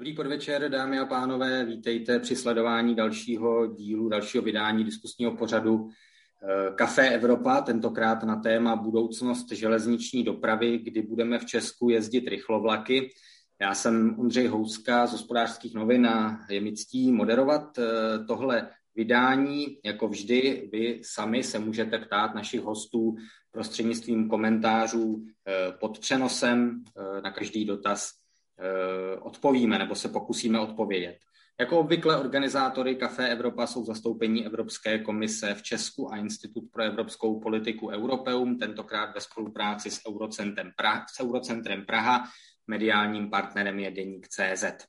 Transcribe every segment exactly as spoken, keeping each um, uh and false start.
Dobrý podvečer, dámy a pánové, vítejte při sledování dalšího dílu, dalšího vydání diskusního pořadu Café Evropa, tentokrát na téma budoucnost železniční dopravy, kdy budeme v Česku jezdit rychlovlaky. Já jsem Ondřej Houska z Hospodářských novin a je mi ctí moderovat tohle vydání. Jako vždy, vy sami se můžete ptát našich hostů prostřednictvím komentářů pod přenosem. Na každý dotaz odpovíme nebo se pokusíme odpovědět. Jako obvykle organizátory Café Evropa jsou zastoupení Evropské komise v Česku a Institut pro evropskou politiku Europeum, tentokrát ve spolupráci s Eurocentrem Praha, s Eurocentrem Praha. Mediálním partnerem je deník tečka cé zet.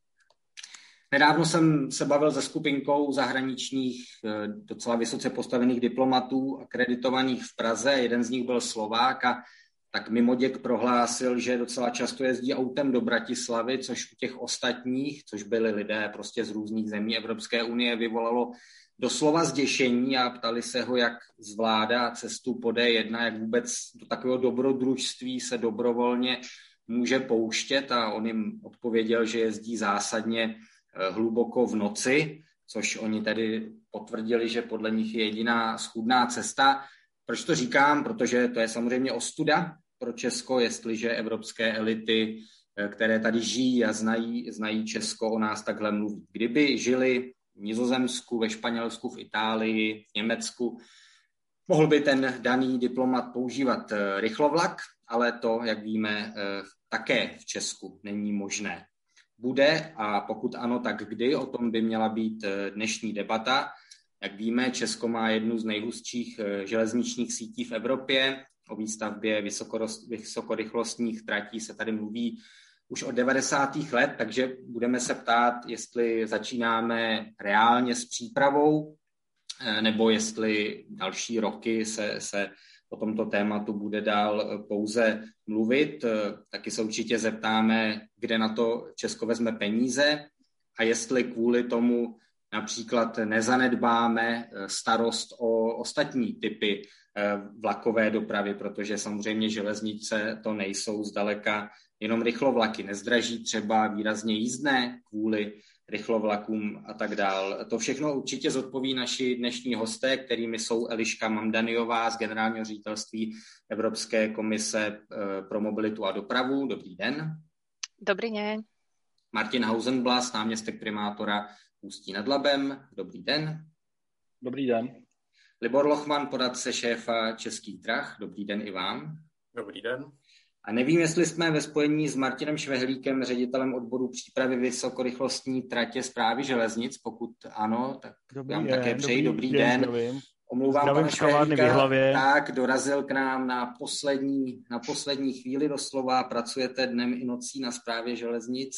Nedávno jsem se bavil se skupinkou zahraničních, docela vysoce postavených diplomatů akreditovaných v Praze. Jeden z nich byl Slovák a tak mimoděk prohlásil, že docela často jezdí autem do Bratislavy, což u těch ostatních, což byli lidé prostě z různých zemí Evropské unie, vyvolalo doslova zděšení a ptali se ho, jak zvládá cestu po dé jedna, jak vůbec do takového dobrodružství se dobrovolně může pouštět, a on jim odpověděl, že jezdí zásadně hluboko v noci, což oni tedy potvrdili, že podle nich je jediná schůdná cesta. Proč to říkám? Protože to je samozřejmě ostuda pro Česko, jestliže evropské elity, které tady žijí a znají, znají Česko, o nás takhle mluví. Kdyby žili v Nizozemsku, ve Španělsku, v Itálii, v Německu, mohl by ten daný diplomat používat rychlovlak, ale to, jak víme, také v Česku není možné. Bude, a pokud ano, tak kdy? O tom by měla být dnešní debata. Jak víme, Česko má jednu z nejhustších železničních sítí v Evropě. O výstavbě vysokorychlostních tratí se tady mluví už od devadesátých let, takže budeme se ptát, jestli začínáme reálně s přípravou, nebo jestli další roky se, se o tomto tématu bude dál pouze mluvit. Taky se určitě zeptáme, kde na to Česko vezme peníze a jestli kvůli tomu například nezanedbáme starost o ostatní typy vlakové dopravy, protože samozřejmě železnice to nejsou zdaleka jenom rychlovlaky. Nezdraží třeba výrazně jízdné kvůli rychlovlakům a tak dál. To všechno určitě zodpoví naši dnešní hosté, kterými jsou Eliška Mamdaniová z Generálního ředitelství Evropské komise pro mobilitu a dopravu. Dobrý den. Dobrý den. Martin Hausenblas, náměstek primátora Ústí nad Labem. Dobrý den. Dobrý den. Libor Lochman, poradce šéfa Českých drah. Dobrý den i vám. Dobrý den. A nevím, jestli jsme ve spojení s Martinem Švehlíkem, ředitelem odboru přípravy vysokorychlostní tratě Správy železnic. Pokud ano, tak dobrý vám den, také přeji. Dobrý, dobrý den. den. Omlouvám pana Švehlíka, tak dorazil k nám na poslední, na poslední chvíli doslova. Pracujete dnem i nocí na Správě železnic.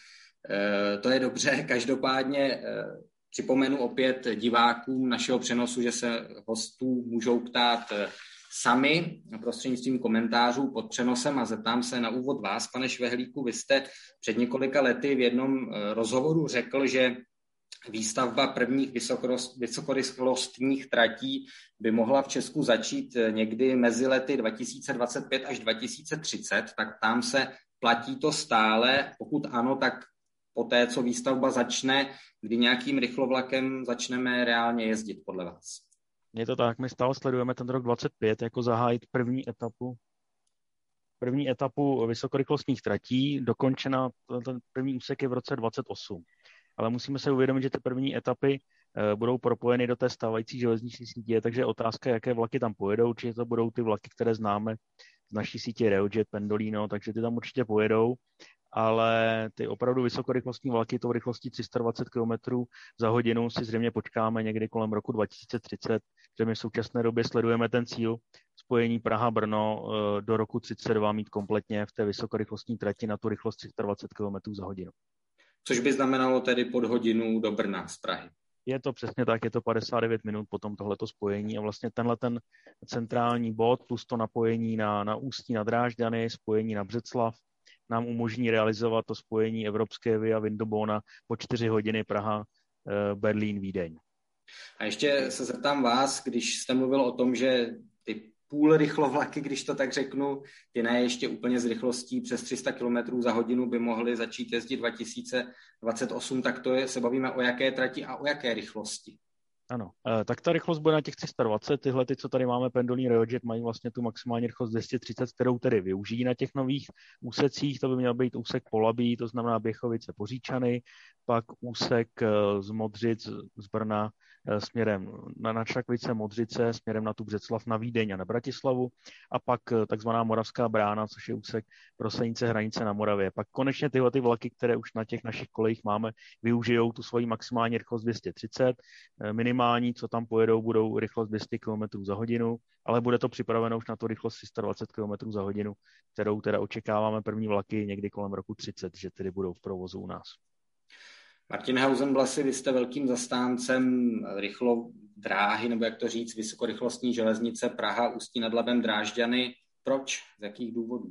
E, to je dobře. Každopádně e, připomenu opět divákům našeho přenosu, že se hostů můžou ptát e, sami prostřednictvím komentářů pod přenosem a zeptám se na úvod vás, pane Švehlíku. Vy jste před několika lety v jednom rozhovoru řekl, že výstavba prvních vysokorychlostních tratí by mohla v Česku začít někdy mezi lety dva tisíce dvacet pět až dva tisíce třicet, tak tam se platí to stále. Pokud ano, tak poté, co výstavba začne, kdy nějakým rychlovlakem začneme reálně jezdit podle vás? Je to tak, my stále sledujeme ten rok dvacet pět jako zahájit první etapu první etapu vysokorychlostních tratí, dokončena, ten první úsek je v roce dvacet osm. Ale musíme se uvědomit, že ty první etapy budou propojeny do té stávající železniční sítě, takže otázka, jaké vlaky tam pojedou, či to budou ty vlaky, které známe z naší sítě Reojet, Pendolino, takže ty tam určitě pojedou, ale ty opravdu vysokorychlostní vlaky tou rychlostí tři sta dvacet kilometrů za hodinu si zřejmě počkáme někdy kolem roku dva tisíce třicet, že my v současné době sledujeme ten cíl spojení Praha-Brno do roku třicet dva mít kompletně v té vysokorychlostní trati na tu rychlost tři sta dvacet kilometrů za hodinu. Což by znamenalo tedy pod hodinu do Brna z Prahy. Je to přesně tak, je to padesát devět minut potom tohleto spojení a vlastně tenhle ten centrální bod plus to napojení na, na Ústí nad Drážďany, spojení na Břeclav nám umožní realizovat to spojení evropské via Vindobona po čtyři hodiny Praha, Berlín, Vídeň. A ještě se zeptám vás, když jste mluvil o tom, že ty půl rychlovlaky, když to tak řeknu, ty ne ještě úplně s rychlostí přes tři sta kilometrů za hodinu by mohly začít jezdit dva tisíce dvacet osm, tak to je, se bavíme o jaké trati a o jaké rychlosti. Ano, tak ta rychlost bude na těch tři sta dvacet, tyhle, ty, co tady máme, pendolní Reojet, mají vlastně tu maximální rychlost dvě stě třicet, kterou tedy využijí na těch nových úsecích, to by měl být úsek Polabí, to znamená Běchovice Poříčany, pak úsek z Modřic, z Brna směrem na, na Čakvice, Modřice, směrem na tu Břeclav, na Vídeň a na Bratislavu a pak takzvaná Moravská brána, což je úsek pro Senice hranice na Moravě. Pak konečně tyhle ty vlaky, které už na těch našich kolejích máme, využijou tu svoji maximální rychlost dvě stě třicet, minimální, co tam pojedou, budou rychlost dvě stě kilometrů za hodinu, ale bude to připraveno už na tu rychlost tři sta dvacet kilometrů za hodinu, kterou teda očekáváme první vlaky někdy kolem roku třicet, že tedy budou v provozu u nás. Martin Hausenblasi, vy jste velkým zastáncem rychlo dráhy, nebo jak to říct, vysokorychlostní železnice Praha, Ústí nad Labem, Drážďany. Proč? Z jakých důvodů?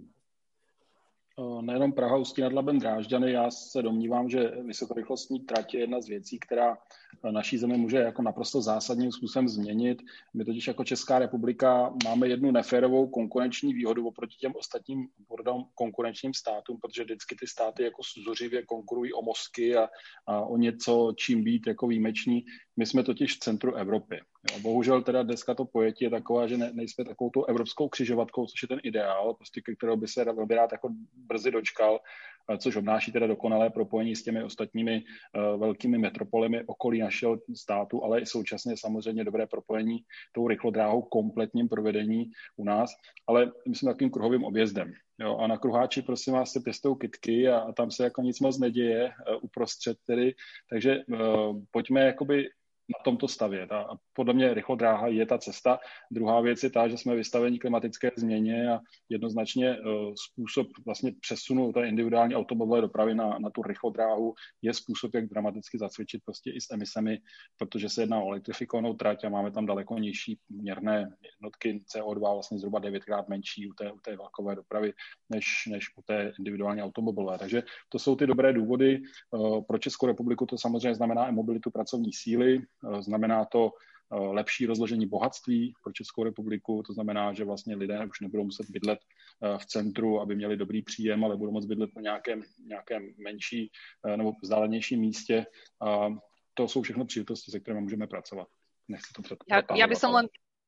Nejenom Praha, Ústí nad Labem, Drážďany. Já se domnívám, že vysokorychlostní trať je jedna z věcí, která naší zemi může jako naprosto zásadním způsobem změnit. My totiž jako Česká republika máme jednu neférovou konkurenční výhodu oproti těm ostatním konkurenčním státům, protože vždycky ty státy jako zuřivě konkurují o mozky a, a o něco, čím být jako výjimeční. My jsme totiž v centru Evropy. Jo, bohužel teda dneska to pojetí je taková, že ne, nejsme takovou tou evropskou křižovatkou, což je ten ideál, prostě ke kterého by se velmi rád jako brzy dočkal, což obnáší teda dokonalé propojení s těmi ostatními uh, velkými metropolemi okolí našeho státu, ale i současně samozřejmě dobré propojení tou rychlodráhou kompletním provedení u nás, ale myslím takovým kruhovým objezdem. Jo, a na kruháči, prosím vás, se pěstou kytky a, a tam se jako nic moc neděje uh, uprostřed tedy, takže uh, pojďme jakoby na tomto stavět. A podle mě rychlodráha je ta cesta. Druhá věc je ta, že jsme vystaveni klimatické změně a jednoznačně způsob vlastně přesunu té individuální automobilové dopravy na, na tu rychlodráhu je způsob, jak dramaticky zacvičit prostě i s emisemi, protože se jedná o elektrifikovanou trať a máme tam daleko nižší měrné jednotky C O dva, vlastně zhruba devětkrát menší u té, u té vlakové dopravy, než, než u té individuální automobilové. Takže to jsou ty dobré důvody. Pro Českou republiku to samozřejmě znamená i mobilitu pracovní síly, znamená to lepší rozložení bohatství pro Českou republiku, to znamená, že vlastně lidé už nebudou muset bydlet v centru, aby měli dobrý příjem, ale budou moct bydlet na nějakém, nějakém menší nebo vzdálenějším místě. A to jsou všechno příležitosti, se kterými můžeme pracovat. Nechci to předpokládat. Ja, ja by som len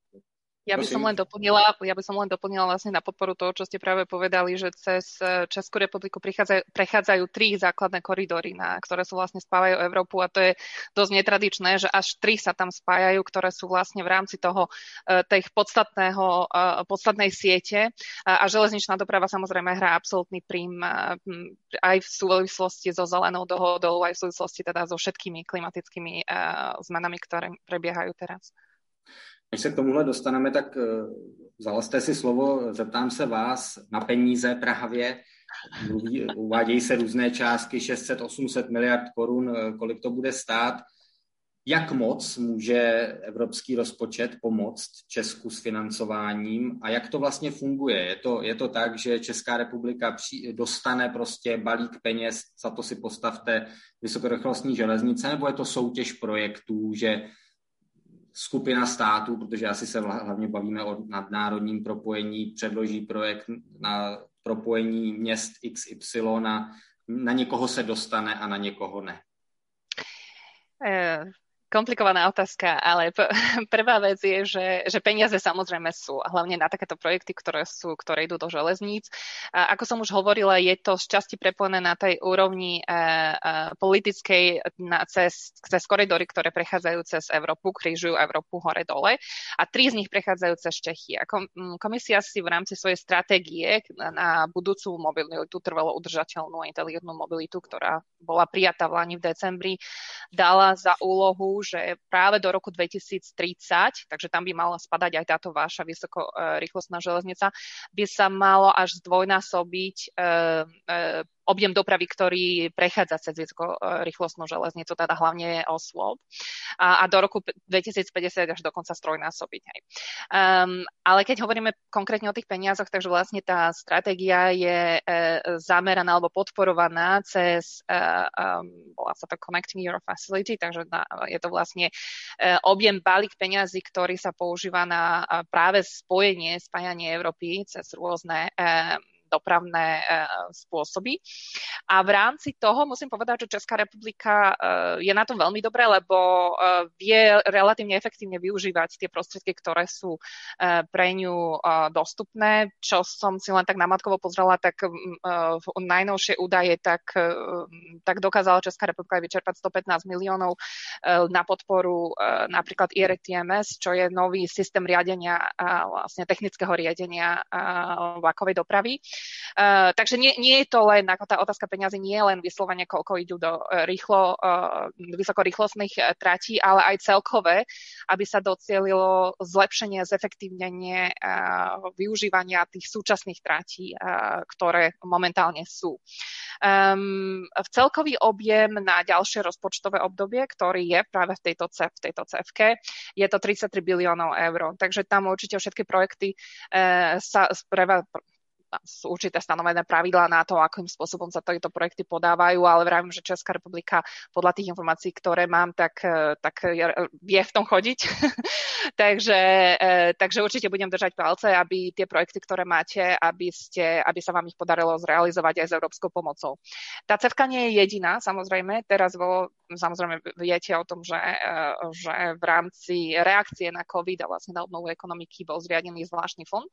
Ja by som len doplnila, ja by som len doplnila vlastne na podporu toho, čo ste práve povedali, že cez Českú republiku prichádzajú, prechádzajú tri základné koridory, na, ktoré sú vlastne spájajú Európu a to je dosť netradičné, že až tri sa tam spájajú, ktoré sú vlastne v rámci toho tej podstatného, podstatnej siete a železničná doprava samozrejme hrá absolútny prím aj v súvislosti so zelenou dohodou, aj v súvislosti teda so všetkými klimatickými zmenami, ktoré prebiehajú teraz. Než se k tomuhle dostaneme, tak vzala jste si slovo, zeptám se vás na peníze Prahavě. Mluví, uvádějí se různé částky, šest set osm set miliard korun, kolik to bude stát. Jak moc může evropský rozpočet pomoct Česku s financováním a jak to vlastně funguje? Je to, je to tak, že Česká republika při, dostane prostě balík peněz, za to si postavte vysokorychlostní železnice, nebo je to soutěž projektů, že skupina států, protože asi se hlavně bavíme o nadnárodním propojení, předloží projekt na propojení měst X Y, na, na někoho se dostane a na někoho ne. Uh. Komplikovaná otázka, ale p- prvá vec je, že, že peniaze samozrejme sú, a hlavne na takéto projekty, ktoré sú, ktoré idú do železníc. A ako som už hovorila, je to z časti prepojené na tej úrovni e, e, politickej na, cez, cez koridory, ktoré prechádzajú cez Európu, krížujú Európu hore-dole a tri z nich prechádzajú cez Čechy. A kom, komisia si v rámci svojej stratégie na, na budúcu mobilitu, trvalo udržateľnú a inteligentnú mobilitu, ktorá bola prijatá v lani v decembri, dala za úlohu, že práve do roku dvetisíctridsať, takže tam by mala spadať aj táto vaša vysokorýchlostná železnica, by sa malo až zdvojnásobiť e, e, objem dopravy, ktorý prechádza cez vysokorýchlostnú železnicu, teda hlavne osôb. A, a do roku dvetisícpäťdesiat až dokonca strojnásobiť. Hej. Um, ale keď hovoríme konkrétne o tých peniazoch, takže vlastne tá stratégia je e, zameraná alebo podporovaná cez e, um, volá sa to Connecting Europe Facility, takže na, je to vlastne e, objem balík peňazí, ktorý sa používa na e, práve spojenie, spájanie Európy cez rôzne e, dopravné uh, spôsoby. A v rámci toho musím povedať, že Česká republika uh, je na tom veľmi dobré, lebo uh, vie relatívne efektívne využívať tie prostriedky, ktoré sú uh, pre ňu uh, dostupné. Čo som si len tak namatkovo pozrela, tak uh, najnovšie údaje, tak, uh, tak dokázala Česká republika vyčerpať stopätnásť miliónov uh, na podporu uh, napríklad í er té em es, čo je nový systém riadenia, uh, vlastne technického riadenia uh, vlakovej dopravy. Uh, takže nie, nie je to len, ako tá otázka peňazí nie je len vyslovene, koľko idú do uh, rýchlo, uh, vysokorýchlostných uh, tratí, ale aj celkové, aby sa docielilo zlepšenie, zefektívnenie uh, využívania tých súčasných tratí, uh, ktoré momentálne sú. Um, v celkový objem na ďalšie rozpočtové obdobie, ktorý je práve v tejto C E F, v tejto C E F-ke, je to tridsaťtri biliónov eur. Takže tam určite všetky projekty uh, sa spreva sú určité stanovené pravidlá na to, akým spôsobom sa tieto projekty podávajú, ale vravím, že Česká republika podľa tých informácií, ktoré mám, tak, tak vie v tom chodiť. takže, takže určite budem držať palce, aby tie projekty, ktoré máte, aby, ste, aby sa vám ich podarilo zrealizovať aj s európskou pomocou. Tá cefka nie je jediná, samozrejme. Teraz vo, samozrejme viete o tom, že, že v rámci reakcie na COVID a vlastne na obnovu ekonomiky bol zriadený zvláštny fond,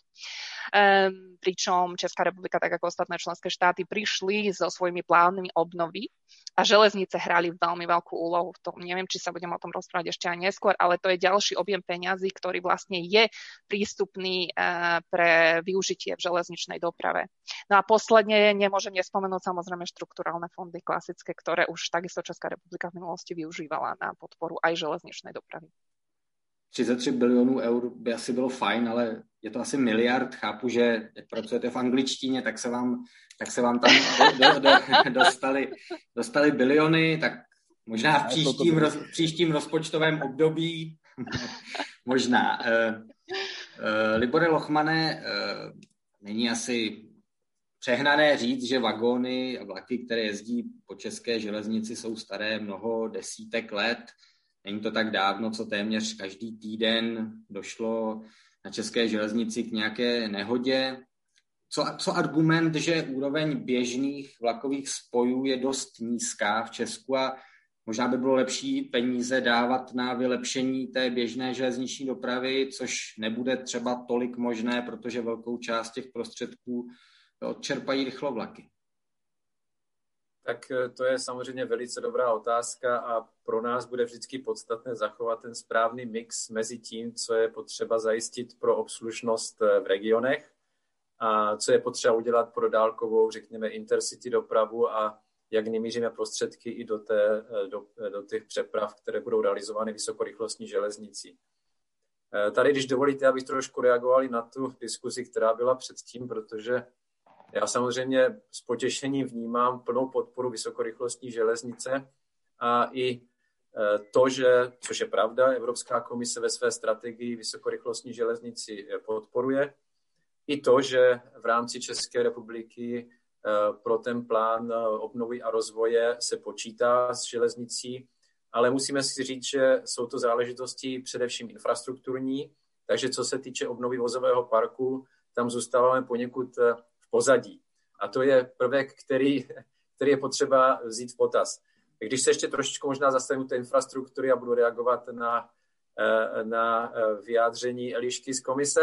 um, pričom Česká republika, tak ako ostatné členské štáty, prišli so svojimi plánmi obnovy a železnice hrali veľmi veľkú úlohu v tom. Neviem, či sa budem o tom rozprávať ešte aj neskôr, ale to je ďalší objem peňazí, ktorý vlastne je prístupný uh, pre využitie v železničnej doprave. No a posledne nemôžem nespomenúť samozrejme štrukturálne fondy klasické, ktoré už takisto Česká republika v minulosti využívala na podporu aj železničnej dopravy. třicet tři bilionů eur by asi bylo fajn, ale je to asi miliard. Chápu, že jak pracujete v angličtině, tak se vám, tak se vám tam do, do, do, dostali, dostali biliony, tak možná v příštím, roz, příštím rozpočtovém období, možná. Uh, uh, Libore Lochmane, uh, není asi přehnané říct, že vagóny a vlaky, které jezdí po české železnici, jsou staré mnoho desítek let. Není to tak dávno, co téměř každý týden došlo na české železnici k nějaké nehodě. Co, co argument, že úroveň běžných vlakových spojů je dost nízká v Česku a možná by bylo lepší peníze dávat na vylepšení té běžné železniční dopravy, což nebude třeba tolik možné, protože velkou část těch prostředků odčerpají rychlovlaky. Tak to je samozřejmě velice dobrá otázka a pro nás bude vždycky podstatné zachovat ten správný mix mezi tím, co je potřeba zajistit pro obslužnost v regionech a co je potřeba udělat pro dálkovou, řekněme, intercity dopravu a jak nemíříme prostředky i do, té, do, do těch přeprav, které budou realizovány vysokorychlostní železnicí. Tady, když dovolíte, abych trošku reagovali na tu diskuzi, která byla předtím, protože já samozřejmě s potěšením vnímám plnou podporu vysokorychlostní železnice a i to, že, což je pravda, Evropská komise ve své strategii vysokorychlostní železnici podporuje, i to, že v rámci České republiky pro ten plán obnovy a rozvoje se počítá s železnicí, ale musíme si říct, že jsou to záležitosti především infrastrukturní, takže co se týče obnovy vozového parku, tam zůstáváme poněkud pozadí. A to je prvek, který, který je potřeba vzít v potaz. Když se ještě trošičku možná zastavím té infrastruktury a budu reagovat na, na vyjádření Elišky z komise,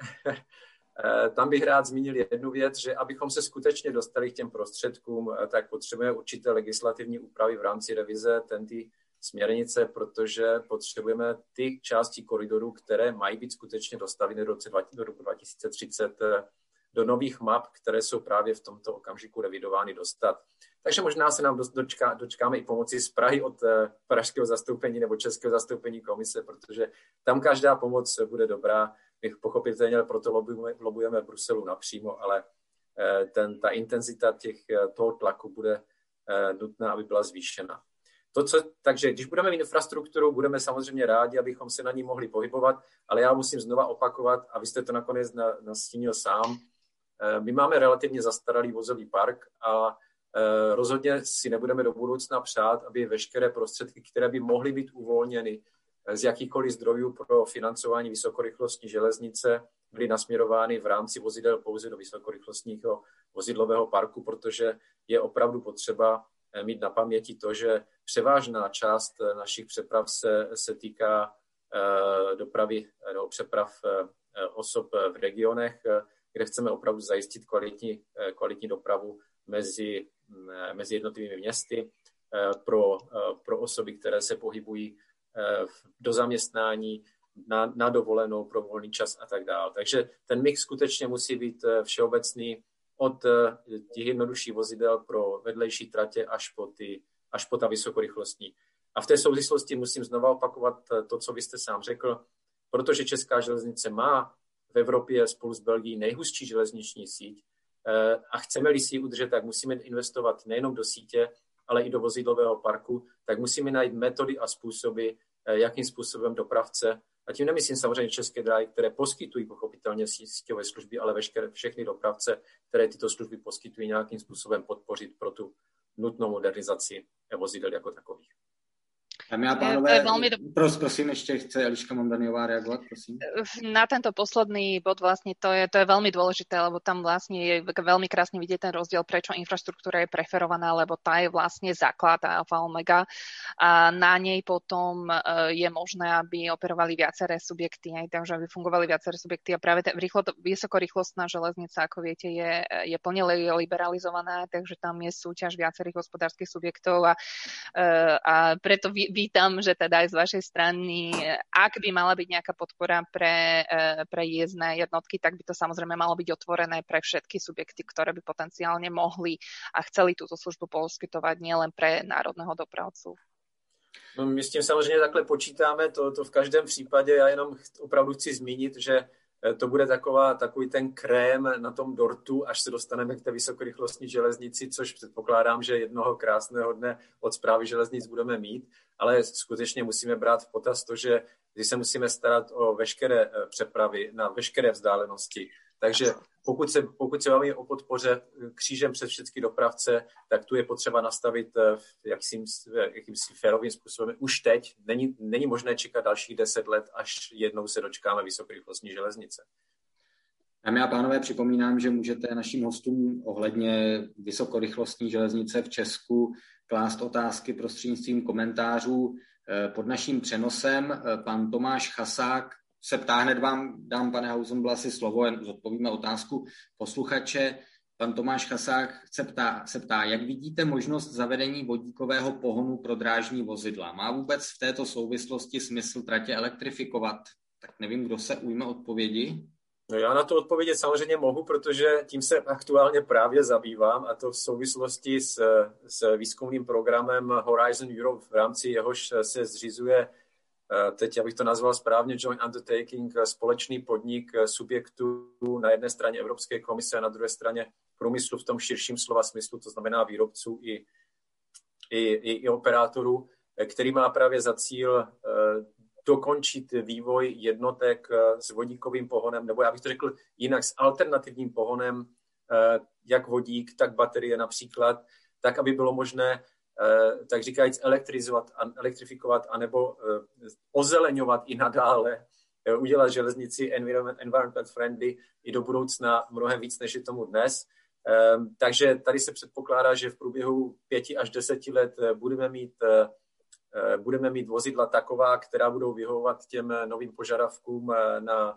tam bych rád zmínil jednu věc, že abychom se skutečně dostali k těm prostředkům, tak potřebujeme určité legislativní úpravy v rámci revize tenty směrnice, protože potřebujeme ty části koridorů, které mají být skutečně dostaveny do roku dva tisíce třicet do nových map, které jsou právě v tomto okamžiku revidovány, dostat. Takže možná se nám dočká, dočkáme i pomoci z Prahy od pražského zastoupení nebo českého zastoupení komise, protože tam každá pomoc bude dobrá. My pochopitelně proto lobujeme, lobujeme v Bruselu napřímo, ale ten, ta intenzita těch, toho tlaku bude nutná, aby byla zvýšena. To, co, takže když budeme mít infrastrukturu, budeme samozřejmě rádi, abychom se na ní mohli pohybovat, ale já musím znova opakovat, a vy jste to nakonec nastínil sám, my máme relativně zastaralý vozový park a rozhodně si nebudeme do budoucna přát, aby veškeré prostředky, které by mohly být uvolněny z jakýchkoliv zdrojů pro financování vysokorychlostní železnice, byly nasměrovány v rámci vozidel pouze do vysokorychlostního vozidlového parku, protože je opravdu potřeba mít na paměti to, že převážná část našich přeprav se, se týká uh, dopravy nebo přeprav uh, osob v regionech, uh, kde chceme opravdu zajistit kvalitní, uh, kvalitní dopravu mezi, uh, mezi jednotlivými městy uh, pro, uh, pro osoby, které se pohybují uh, do zaměstnání, na, na dovolenou, pro volný čas a tak dále. Takže ten mix skutečně musí být uh, všeobecný od těch jednodušších vozidel pro vedlejší tratě až po, ty, až po ta vysokorychlostní. A v té souvislosti musím znova opakovat to, co vy jste sám řekl, protože Česká železnice má v Evropě spolu s Belgií nejhustší železniční síť a chceme-li si ji udržet, tak musíme investovat nejenom do sítě, ale i do vozidlového parku, tak musíme najít metody a způsoby, jakým způsobem dopravce, a tím nemyslím samozřejmě České dráhy, které poskytují pochopitelně síťové služby, ale veškeré všechny dopravce, které tyto služby poskytují, nějakým způsobem podpořit pro tu nutnou modernizaci vozidel jako takových. Dámy a pánové, veľmi... pros, prosím, ešte chce Eliška Mondaniová reagovať, prosím. Na tento posledný bod vlastne to je, to je veľmi dôležité, lebo tam vlastne je veľmi krásne vidieť ten rozdiel, prečo infraštruktúra je preferovaná, lebo tá je vlastne základ a alfa omega a na nej potom je možné, aby operovali viaceré subjekty, aj takže aby fungovali viaceré subjekty a práve tá rýchlo, vysokorýchlostná železnica, ako viete, je, je plne liberalizovaná, takže tam je súťaž viacerých hospodárskych subjektov a, a preto vy vítam, že teda aj z vašej strany, ak by mala byť nejaká podpora pre, pre jízdne jednotky, tak by to samozrejme malo byť otvorené pre všetky subjekty, ktoré by potenciálne mohli a chceli túto službu poskytovať nielen pre národného dopravcu. No, my s tím samozřejmě takhle počítáme, to, to v každém případě. Já jenom opravdu chci zmínit, že to bude taková, takový ten krém na tom dortu, až se dostaneme k té vysokorychlostní železnici, což předpokládám, že jednoho krásného dne od Správy železnic budeme mít, ale skutečně musíme brát v potaz to, že když se musíme starat o veškeré přepravy na veškeré vzdálenosti. Takže pokud se, pokud se bavíme o podpoře křížem přes všechny dopravce, tak tu je potřeba nastavit jakým, jakýmsi férovým způsobem. Už teď není, není možné čekat dalších deset let, až jednou se dočkáme vysokorychlostní železnice. Dámy a pánové, připomínám, že můžete našim hostům ohledně vysokorychlostní železnice v Česku klást otázky prostřednictvím komentářů pod naším přenosem. Pan Tomáš Chasák se ptá, hned vám dám, pane Hausenblasi, slovo, jen zodpovíme otázku posluchače. Pan Tomáš Chasák se ptá, se ptá, jak vidíte možnost zavedení vodíkového pohonu pro drážní vozidla? Má vůbec v této souvislosti smysl tratě elektrifikovat? Tak nevím, kdo se ujme odpovědi. No já na to odpovědět samozřejmě mohu, protože tím se aktuálně právě zabývám, a to v souvislosti s, s výzkumným programem Horizon Europe, v rámci jehož se zřizuje, teď abych to nazval správně, joint undertaking, společný podnik subjektů na jedné straně Evropské komise a na druhé straně průmyslu v tom širším slova smyslu, to znamená výrobců i, i, i, i operátorů, který má právě za cíl dokončit vývoj jednotek s vodíkovým pohonem, nebo já bych to řekl jinak, s alternativním pohonem, jak vodík, tak baterie například, tak, aby bylo možné, tak říkajíc, elektrizovat, elektrifikovat, anebo ozeleňovat i nadále, udělat železnici environment, environment friendly i do budoucna mnohem víc, než je tomu dnes. Takže tady se předpokládá, že v průběhu pěti až deseti let budeme mít budeme mít vozidla taková, která budou vyhovovat těm novým požadavkům na,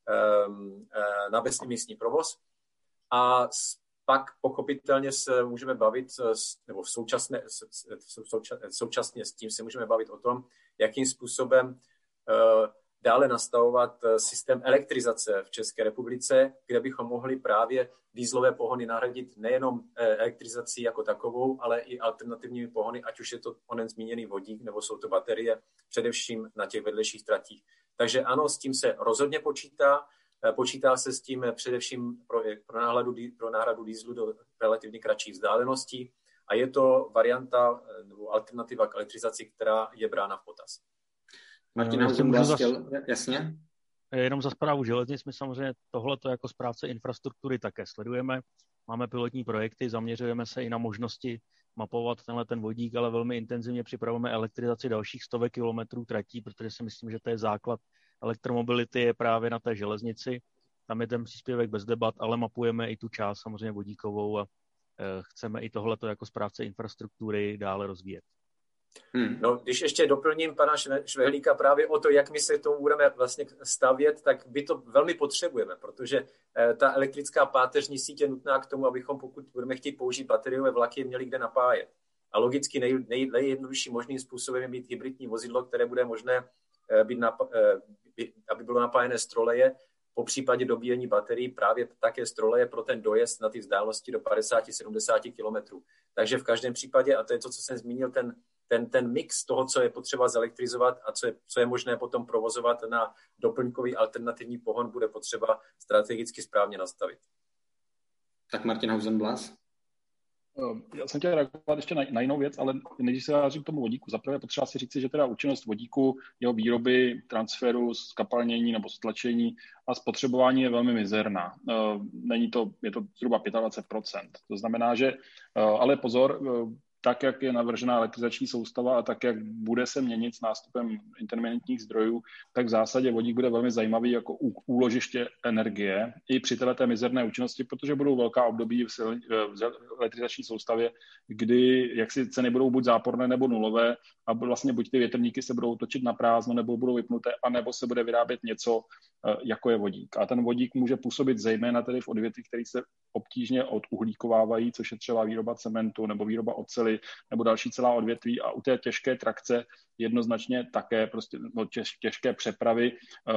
na bezemisní provoz. A pak pochopitelně se můžeme bavit, nebo v současné, v současně s tím se můžeme bavit o tom, jakým způsobem dále nastavovat systém elektrizace v České republice, kde bychom mohli právě dieselové pohony nahradit nejenom elektrizací jako takovou, ale i alternativními pohony, ať už je to onen zmíněný vodík, nebo jsou to baterie, především na těch vedlejších tratích. Takže ano, s tím se rozhodně počítá Počítá se s tím především pro, pro, náhradu, pro náhradu dieselu do relativně kratších vzdáleností a je to varianta nebo alternativa k elektrizaci, která je brána v potaz. Martin, já můžu zas... jasně? Jenom za správu železnic, my samozřejmě tohleto jako správce infrastruktury také sledujeme. Máme pilotní projekty, zaměřujeme se i na možnosti mapovat tenhle ten vodík, ale velmi intenzivně připravujeme elektrizaci dalších stovek kilometrů tratí, protože si myslím, že to je základ elektromobility je právě na té železnici. Tam je ten příspěvek bez debat, ale mapujeme i tu část samozřejmě vodíkovou a e, chceme i tohleto jako správce infrastruktury dále rozvíjet. Hmm. No, když ještě doplním pana Švehlíka právě o to, jak my se tomu budeme vlastně stavět, tak my to velmi potřebujeme, protože eh, ta elektrická páteřní síť je nutná k tomu, abychom, pokud budeme chtít použít bateriové vlaky, měli kde napájet. A logicky nej, nej, nejjednodušším možným způsobem je mít hybridní vozidlo, které bude možné, eh, být nap, eh, aby bylo napájené z troleje, po případě dobíjení baterií právě také z troleje pro ten dojezd na ty vzdálenosti do padesát až sedmdesát kilometrů. Takže v každém případě, a to je to, co jsem zmínil, ten Ten, ten mix toho, co je potřeba zelektrizovat a co je, co je možné potom provozovat na doplňkový alternativní pohon, bude potřeba strategicky správně nastavit. Tak Martin Hausenblas. Já jsem chtěl reagovat ještě na, na jinou věc, ale než se vyjádřím k tomu vodíku, zaprvé potřeba si říci, že teda účinnost vodíku, jeho výroby, transferu, skapalnění nebo stlačení a spotřebování je velmi mizerná. Není to, je to zhruba dvacet pět procent. To znamená, že, ale pozor, tak, jak je navržená elektrizační soustava a tak, jak bude se měnit s nástupem intermitentních zdrojů, tak v zásadě vodík bude velmi zajímavý jako úložiště energie i při této mizerné účinnosti, protože budou velká období v elektrizační soustavě, kdy jaksi ceny budou buď záporné nebo nulové a vlastně buď ty větrníky se budou točit na prázdno nebo budou vypnuté, anebo se bude vyrábět něco, jako je vodík. A ten vodík může působit zejména tedy v odvětvích, které se obtížně oduhlíkovávají, což je třeba výroba cementu nebo výroba oceli nebo další celá odvětví a u té těžké trakce jednoznačně také prostě no, těž, těžké přepravy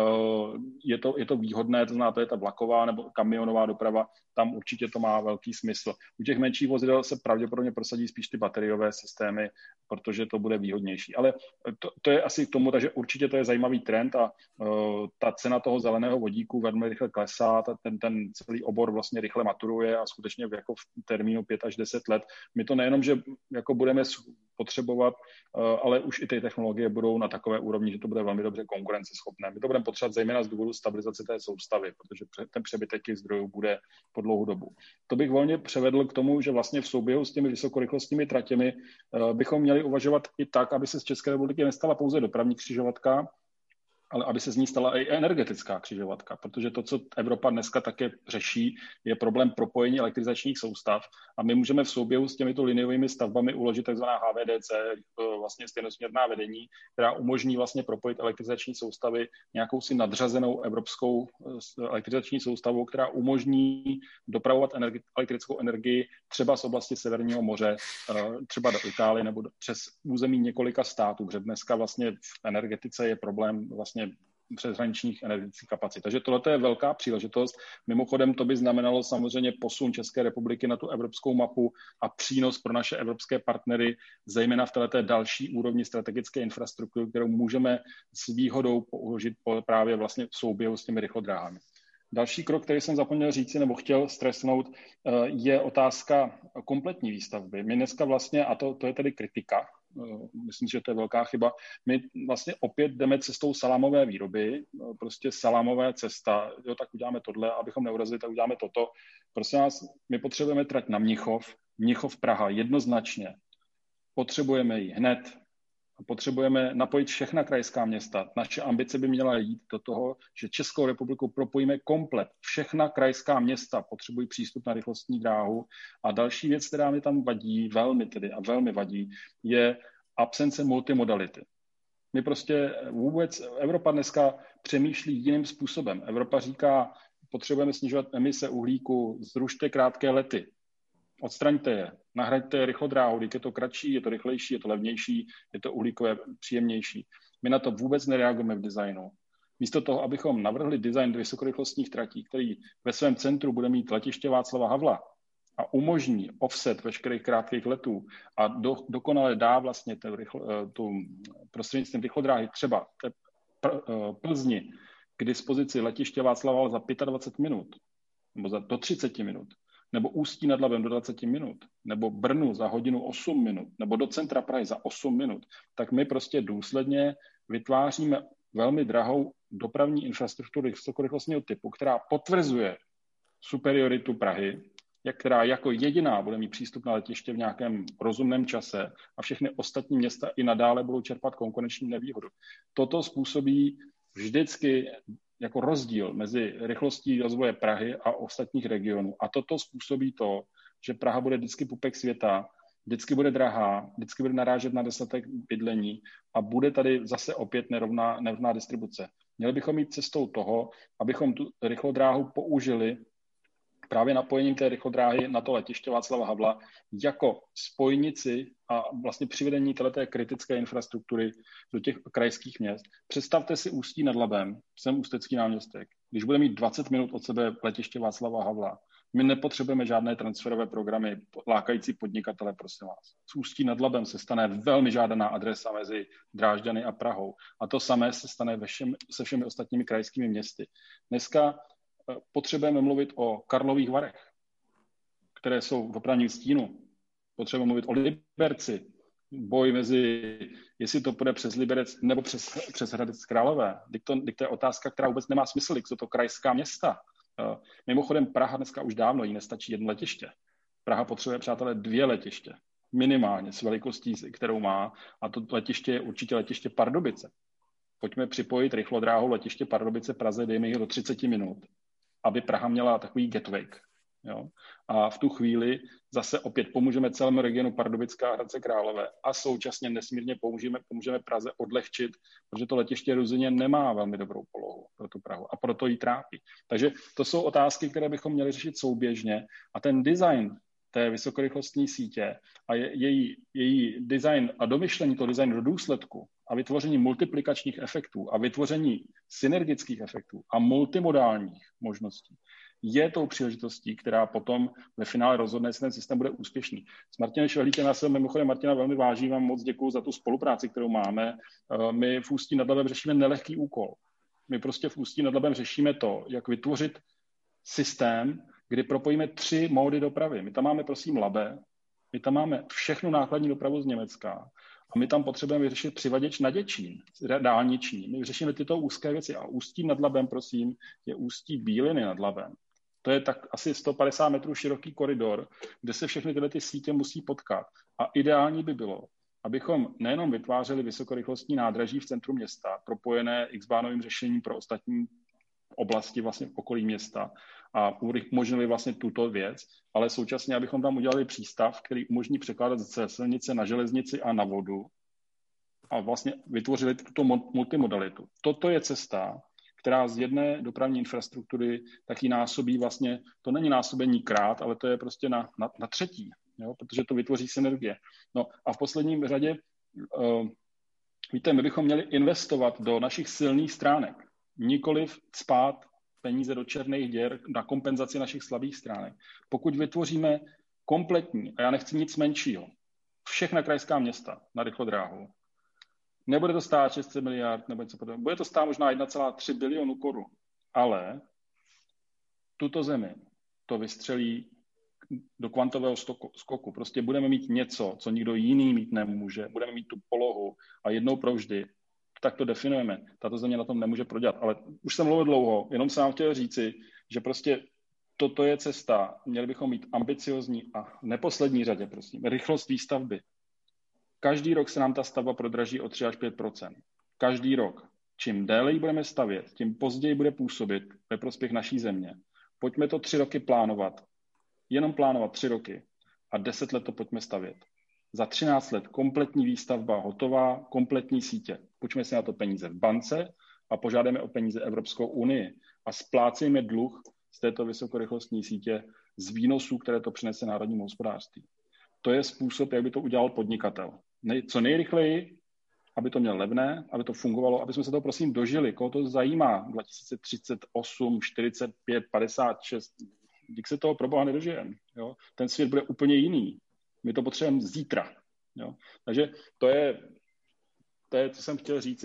je to, je to výhodné, to znamená, to je ta vlaková nebo kamionová doprava, tam určitě to má velký smysl. U těch menších vozidel se pravděpodobně prosadí spíš ty bateriové systémy, protože to bude výhodnější. Ale to, to je asi k tomu, takže určitě to je zajímavý trend a uh, ta cena toho zeleného vodíku velmi rychle klesá, ta, ten, ten celý obor vlastně rychle maturuje a skutečně jako v termínu pět až deset let. My to nejenom, že jako budeme potřebovat, uh, ale už i ty technologie budou na takové úrovni, že to bude velmi dobře konkurenceschopné. My to budeme potřebovat zejména z důvodu stabilizace té soustavy, protože ten přebytek těch zdrojů bude po dlouhou dobu. To bych volně převedl k tomu, že vlastně v souběhu s těmi vysokorychlostními tratěmi uh, bychom měli uvažovat i tak, aby se z České republiky nestala pouze dopravní křižovatka, ale aby se z ní stala i energetická křižovatka, protože to, co Evropa dneska také řeší, je problém propojení elektrizačních soustav a my můžeme v souběhu s těmito liniovými stavbami uložit tzv. H V D C, vlastně stejnosměrná vedení, která umožní vlastně propojit elektrizační soustavy nějakou si nadřazenou evropskou elektrizační soustavou, která umožní dopravovat energi- elektrickou energii třeba z oblasti Severního moře, třeba do Itálie nebo přes území několika států, protože dneska vlastně v energetice je problém vlastně přeshraničních energetických kapacit. Takže tohle je velká příležitost. Mimochodem to by znamenalo samozřejmě posun České republiky na tu evropskou mapu a přínos pro naše evropské partnery, zejména v této další úrovni strategické infrastruktury, kterou můžeme s výhodou použít právě vlastně v souběhu s těmi rychlodráhami. Další krok, který jsem zapomněl říci nebo chtěl stresnout, je otázka kompletní výstavby. My dneska vlastně, a to, to je tedy kritika, myslím, že to je velká chyba, my vlastně opět jdeme cestou salámové výroby, prostě salámové cesta, jo, tak uděláme tohle, abychom neurazili, tak uděláme toto. Prosím nás, my potřebujeme trať na Mnichov, Mnichov Praha, jednoznačně. Potřebujeme ji hned. Potřebujeme napojit všechna krajská města. Naše ambice by měla jít do toho, že Českou republiku propojíme komplet. Všechna krajská města potřebují přístup na rychlostní dráhu. A další věc, která mi tam vadí, velmi tedy a velmi vadí, je absence multimodality. My prostě vůbec, Evropa dneska přemýšlí jiným způsobem. Evropa říká, potřebujeme snižovat emise uhlíku, zrušte krátké lety. Odstraňte je, nahraďte rychlodráhu, když je to kratší, je to rychlejší, je to levnější, je to uhlíkové příjemnější. My na to vůbec nereagujeme v designu. Místo toho, abychom navrhli design vysokorychlostních tratí, který ve svém centru bude mít letiště Václava Havla a umožní offset veškerých krátkých letů a do, dokonale dá vlastně tu, rychl, tu prostřednictvím rychlodráhy třeba té Plzni k dispozici letiště Václava Havla za dvacet pět minut, nebo za, do třicet minut, nebo Ústí nad Labem do dvacet minut, nebo Brnu za hodinu osm minut, nebo do centra Prahy za osm minut, tak my prostě důsledně vytváříme velmi drahou dopravní infrastrukturu vysokorychlostního typu, která potvrzuje superioritu Prahy, jak, která jako jediná bude mít přístup na letiště v nějakém rozumném čase a všechny ostatní města i nadále budou čerpat konkurenční nevýhodu. Toto způsobí vždycky jako rozdíl mezi rychlostí rozvoje Prahy a ostatních regionů. A toto způsobí to, že Praha bude vždycky pupek světa, vždycky bude drahá, vždycky bude narážet na dostatek bydlení a bude tady zase opět nerovná, nerovná distribuce. Měli bychom jít cestou toho, abychom tu rychlodráhu použili právě napojením té rychlodráhy na to letiště Václava Havla jako spojnici a vlastně přivedení této kritické infrastruktury do těch krajských měst. Představte si Ústí nad Labem, jsem Ústecký náměstek. Když bude mít dvacet minut od sebe letiště Václava Havla, my nepotřebujeme žádné transferové programy lákající podnikatele, prosím vás. Z Ústí nad Labem se stane velmi žádaná adresa mezi Drážďany a Prahou. A to samé se stane ve všem, se všemi ostatními krajskými městy. Dneska potřebujeme mluvit o Karlových Varech, které jsou v dopravním stínu. Potřebujeme mluvit o Liberci. Boj mezi, jestli to půjde přes Liberec nebo přes, přes Hradec Králové. To, to je otázka, která vůbec nemá smysl, jsou to krajská města. Mimochodem Praha dneska už dávno jí nestačí jedno letiště. Praha potřebuje, přátelé, dvě letiště. Minimálně s velikostí, kterou má. A to letiště je určitě letiště Pardubice. Pojďme připojit rychlodráhu letiště Pardubice Praze, dejme ji do třicet minut, aby Praha měla takový gateway. Jo? A v tu chvíli zase opět pomůžeme celému regionu Pardubická a Hradce Králové a současně nesmírně pomůžeme, pomůžeme Praze odlehčit, protože to letiště Ruzyně nemá velmi dobrou polohu pro tu Prahu a proto jí trápí. Takže to jsou otázky, které bychom měli řešit souběžně a ten design té vysokorychlostní sítě a je, její, její design a domyšlení toho designu do důsledku a vytvoření multiplikačních efektů a vytvoření synergických efektů a multimodálních možností je tou příležitostí, která potom ve finále rozhodne, jestli ten systém bude úspěšný. S Martinem Švehlíkem, já se mimochodem Martina velmi vážím, vám moc děkuju za tu spolupráci, kterou máme. My v Ústí nad Labem řešíme nelehký úkol. My prostě v Ústí nad Labem řešíme to, jak vytvořit systém, kdy propojíme tři módy dopravy. My tam máme, prosím, Labe, my tam máme všechnu nákladní dopravu z Německa a my tam potřebujeme vyřešit přivaděč na Děčín, dálniční. My řešíme tyto úzké věci a Ústí nad Labem, prosím, je Ústí Bíliny nad Labem. To je tak asi sto padesát metrů široký koridor, kde se všechny tyhle ty sítě musí potkat. A ideální by bylo, abychom nejenom vytvářeli vysokorychlostní nádraží v centru města, propojené X-bánovým řešením pro ostatní oblasti vlastně v okolí města a umožnili vlastně tuto věc, ale současně, abychom tam udělali přístav, který umožní překládat ze silnice na železnici a na vodu a vlastně vytvořili tuto multimodalitu. Toto je cesta, která z jedné dopravní infrastruktury taky násobí vlastně, to není násobení krát, ale to je prostě na, na, na třetí, jo, protože to vytvoří synergie. No a v posledním řadě, uh, víte, my bychom měli investovat do našich silných stránek, nikoliv cpát peníze do černých děr na kompenzaci našich slabých stránek. Pokud vytvoříme kompletní, a já nechci nic menšího, všechna krajská města na rychlodráhu, nebude to stát šest set miliard, nebo něco podobného. Bude to stát možná jedna celá tři bilionu korun, ale tuto zemi to vystřelí do kvantového stoku, skoku. Prostě budeme mít něco, co nikdo jiný mít nemůže. Budeme mít tu polohu a jednou provždy tak to definujeme. Tato země na tom nemůže prodělat. Ale už jsem mluvil dlouho, jenom jsem vám chtěl říci, že prostě toto je cesta. Měli bychom mít ambiciozní a v neposlední řadě, prosím, rychlost výstavby. Každý rok se nám ta stavba prodraží o tři až pět procent. Každý rok. Čím déle ji budeme stavět, tím později bude působit ve prospěch naší země. Pojďme to tři roky plánovat. Jenom plánovat tři roky a deset let to pojďme stavět. Za třináct let kompletní výstavba hotová, kompletní sítě. Půjčme si na to peníze v bance a požádáme o peníze Evropskou unii a splácejme dluh z této vysokorychlostní sítě z výnosů, které to přinese národnímu hospodářství. To je způsob, jak by to udělal podnikatel. Nej, co nejrychleji, aby to měl levné, aby to fungovalo, aby jsme se to prosím dožili. Koho to zajímá? dva tisíce třicet osm, čtyřicet pět, padesát šest. Dík se toho pro boha nedožijeme. Jo? Ten svět bude úplně jiný. My to potřebujeme zítra. Jo? Takže to je, to je, co jsem chtěl říci.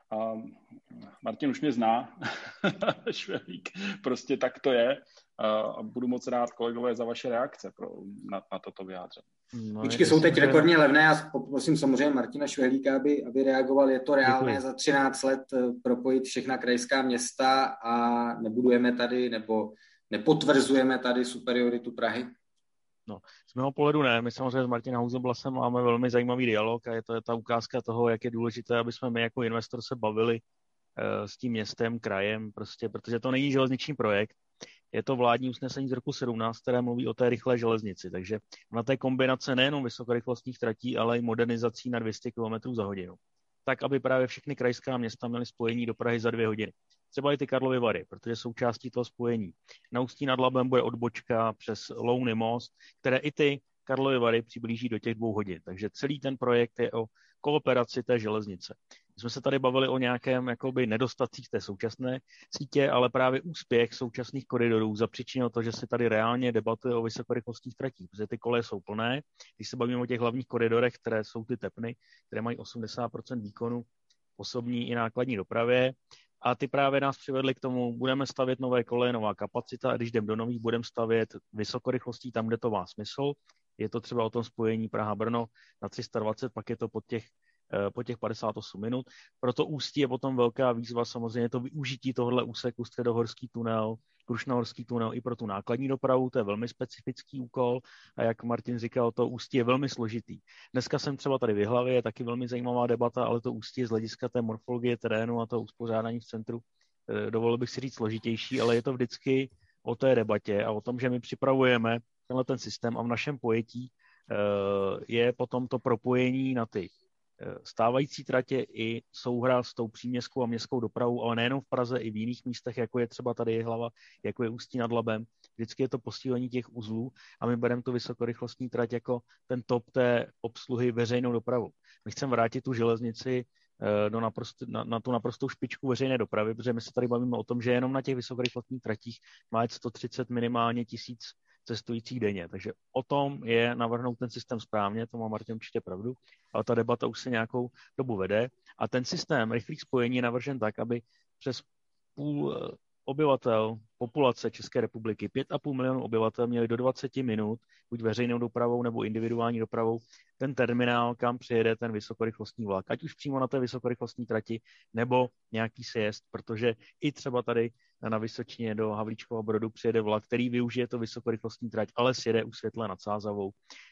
A Martin už mě zná, Švehlík, prostě tak to je. A budu moc rád, kolegové, za vaše reakce pro, na, na toto vyjádření. No, Píčky jsou teď rekordně levné. Já poprosím samozřejmě Martina Švehlíka, aby, aby reagoval. Je to reálné Děkuji. Za třináct let propojit všechna krajská města a nebudujeme tady nebo nepotvrzujeme tady superioritu Prahy? No, z mého pohledu ne. My samozřejmě s Martinem Hausenblasem máme velmi zajímavý dialog a je to je ta ukázka toho, jak je důležité, aby jsme my jako investor se bavili uh, s tím městem, krajem, prostě, protože to není železniční projekt. Je to vládní usnesení z roku sedmnáct, které mluví o té rychlé železnici. Takže na té kombinace nejenom vysokorychlostních tratí, ale i modernizací na dvě stě kilometrů za hodinu. Tak, aby právě všechny krajská města měly spojení do Prahy za dvě hodiny. Třeba i ty Karlovy Vary, protože součástí toho spojení. Na Ústí nad Labem bude odbočka přes Louny most, které i ty Karlovy Vary přiblíží do těch dvou hodin. Takže celý ten projekt je o kooperaci té železnice. My jsme se tady bavili o nějakém jakoby nedostatcích té současné sítě, ale právě úspěch současných koridorů zapříčinil to, že se tady reálně debatuje o vysokorychlostních tratích, protože ty koleje jsou plné. Když se bavíme o těch hlavních koridorech, které jsou ty tepny, které mají osmdesát procent výkonu osobní i nákladní dopravě, a ty právě nás přivedly k tomu, budeme stavět nové koleje, nová kapacita, a když jdeme do nových, budeme stavět vysokorychlostí tam, kde to má smysl. Je to třeba o tom spojení Praha-Brno na tři sta dvacet, pak je to po těch, po těch padesát osm minut. Proto Ústí je potom velká výzva, samozřejmě to využití tohohle úseku, středohorský tunel, Krušnohorský tunel i pro tu nákladní dopravu, to je velmi specifický úkol a jak Martin říkal, to Ústí je velmi složitý. Dneska jsem třeba tady v Jihlavě, je taky velmi zajímavá debata, ale to Ústí je z hlediska té morfologie terénu a toho uspořádání v centru, dovolil bych si říct složitější, ale je to vždycky o té debatě a o tom, že my připravujeme tenhle ten systém a v našem pojetí je potom to propojení na ty stávající tratě i souhra s tou příměstskou a městskou dopravou, ale nejenom v Praze, i v jiných místech, jako je třeba tady Jihlava, jako je Ústí nad Labem. Vždycky je to posílení těch uzlů a my bereme tu vysokorychlostní trať jako ten top té obsluhy veřejnou dopravou. My chceme vrátit tu železnici do naprosto, na, na tu naprostou špičku veřejné dopravy, protože my se tady bavíme o tom, že jenom na těch vysokorychlostních tratích má sto třicet minimálně tisíc cestujících denně. Takže o tom je navrhnout ten systém správně, to má Martin určitě pravdu, ale ta debata už se nějakou dobu vede a ten systém rychlých spojení je navržen tak, aby přes půl obyvatel populace České republiky, pět a půl milionu obyvatel měli do dvacet minut, buď veřejnou dopravou nebo individuální dopravou, ten terminál, kam přijede ten vysokorychlostní vlak, ať už přímo na té vysokorychlostní trati, nebo nějaký sjezd, protože i třeba tady na Vysočině do Havlíčkova Brodu přijede vlak, který využije to vysokorychlostní trať, ale sjede u Světle nad Sázavou.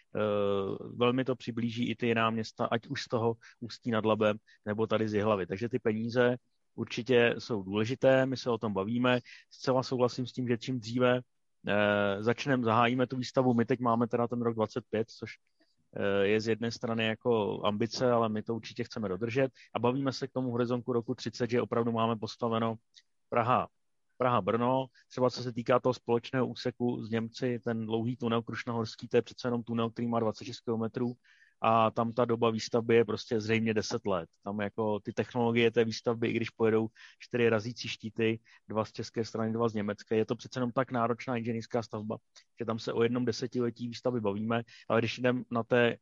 Velmi to přiblíží i ty jiná města, ať už z toho Ústí nad Labem, nebo tady z Jihlavy. Takže ty peníze určitě jsou důležité, my se o tom bavíme. Zcela souhlasím s tím, že čím dříve eh, začneme, zahájíme tu výstavu. My teď máme teda ten rok dvacet pět, což eh, je z jedné strany jako ambice, ale my to určitě chceme dodržet. A bavíme se k tomu horizontu roku třicet, že opravdu máme postaveno Praha, Praha-Brno. Třeba co se týká toho společného úseku s Němci, ten dlouhý tunel Krušnohorský, to je přece jenom tunel, který má dvacet šest kilometrů. A tam ta doba výstavby je prostě zřejmě deset let. Tam jako ty technologie té výstavby, i když pojedou čtyři razící štíty, dva z české strany, dva z německé, je to přece jenom tak náročná inženýrská stavba, že tam se o jednom desetiletí výstavby bavíme, ale když jdeme na té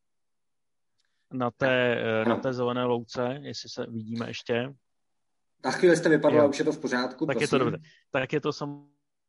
na té, na té zelené louce, jestli se vidíme ještě. Na chvíli jste vypadla, už je to v pořádku, tak prosím. Je to dobře. Tak je to sam...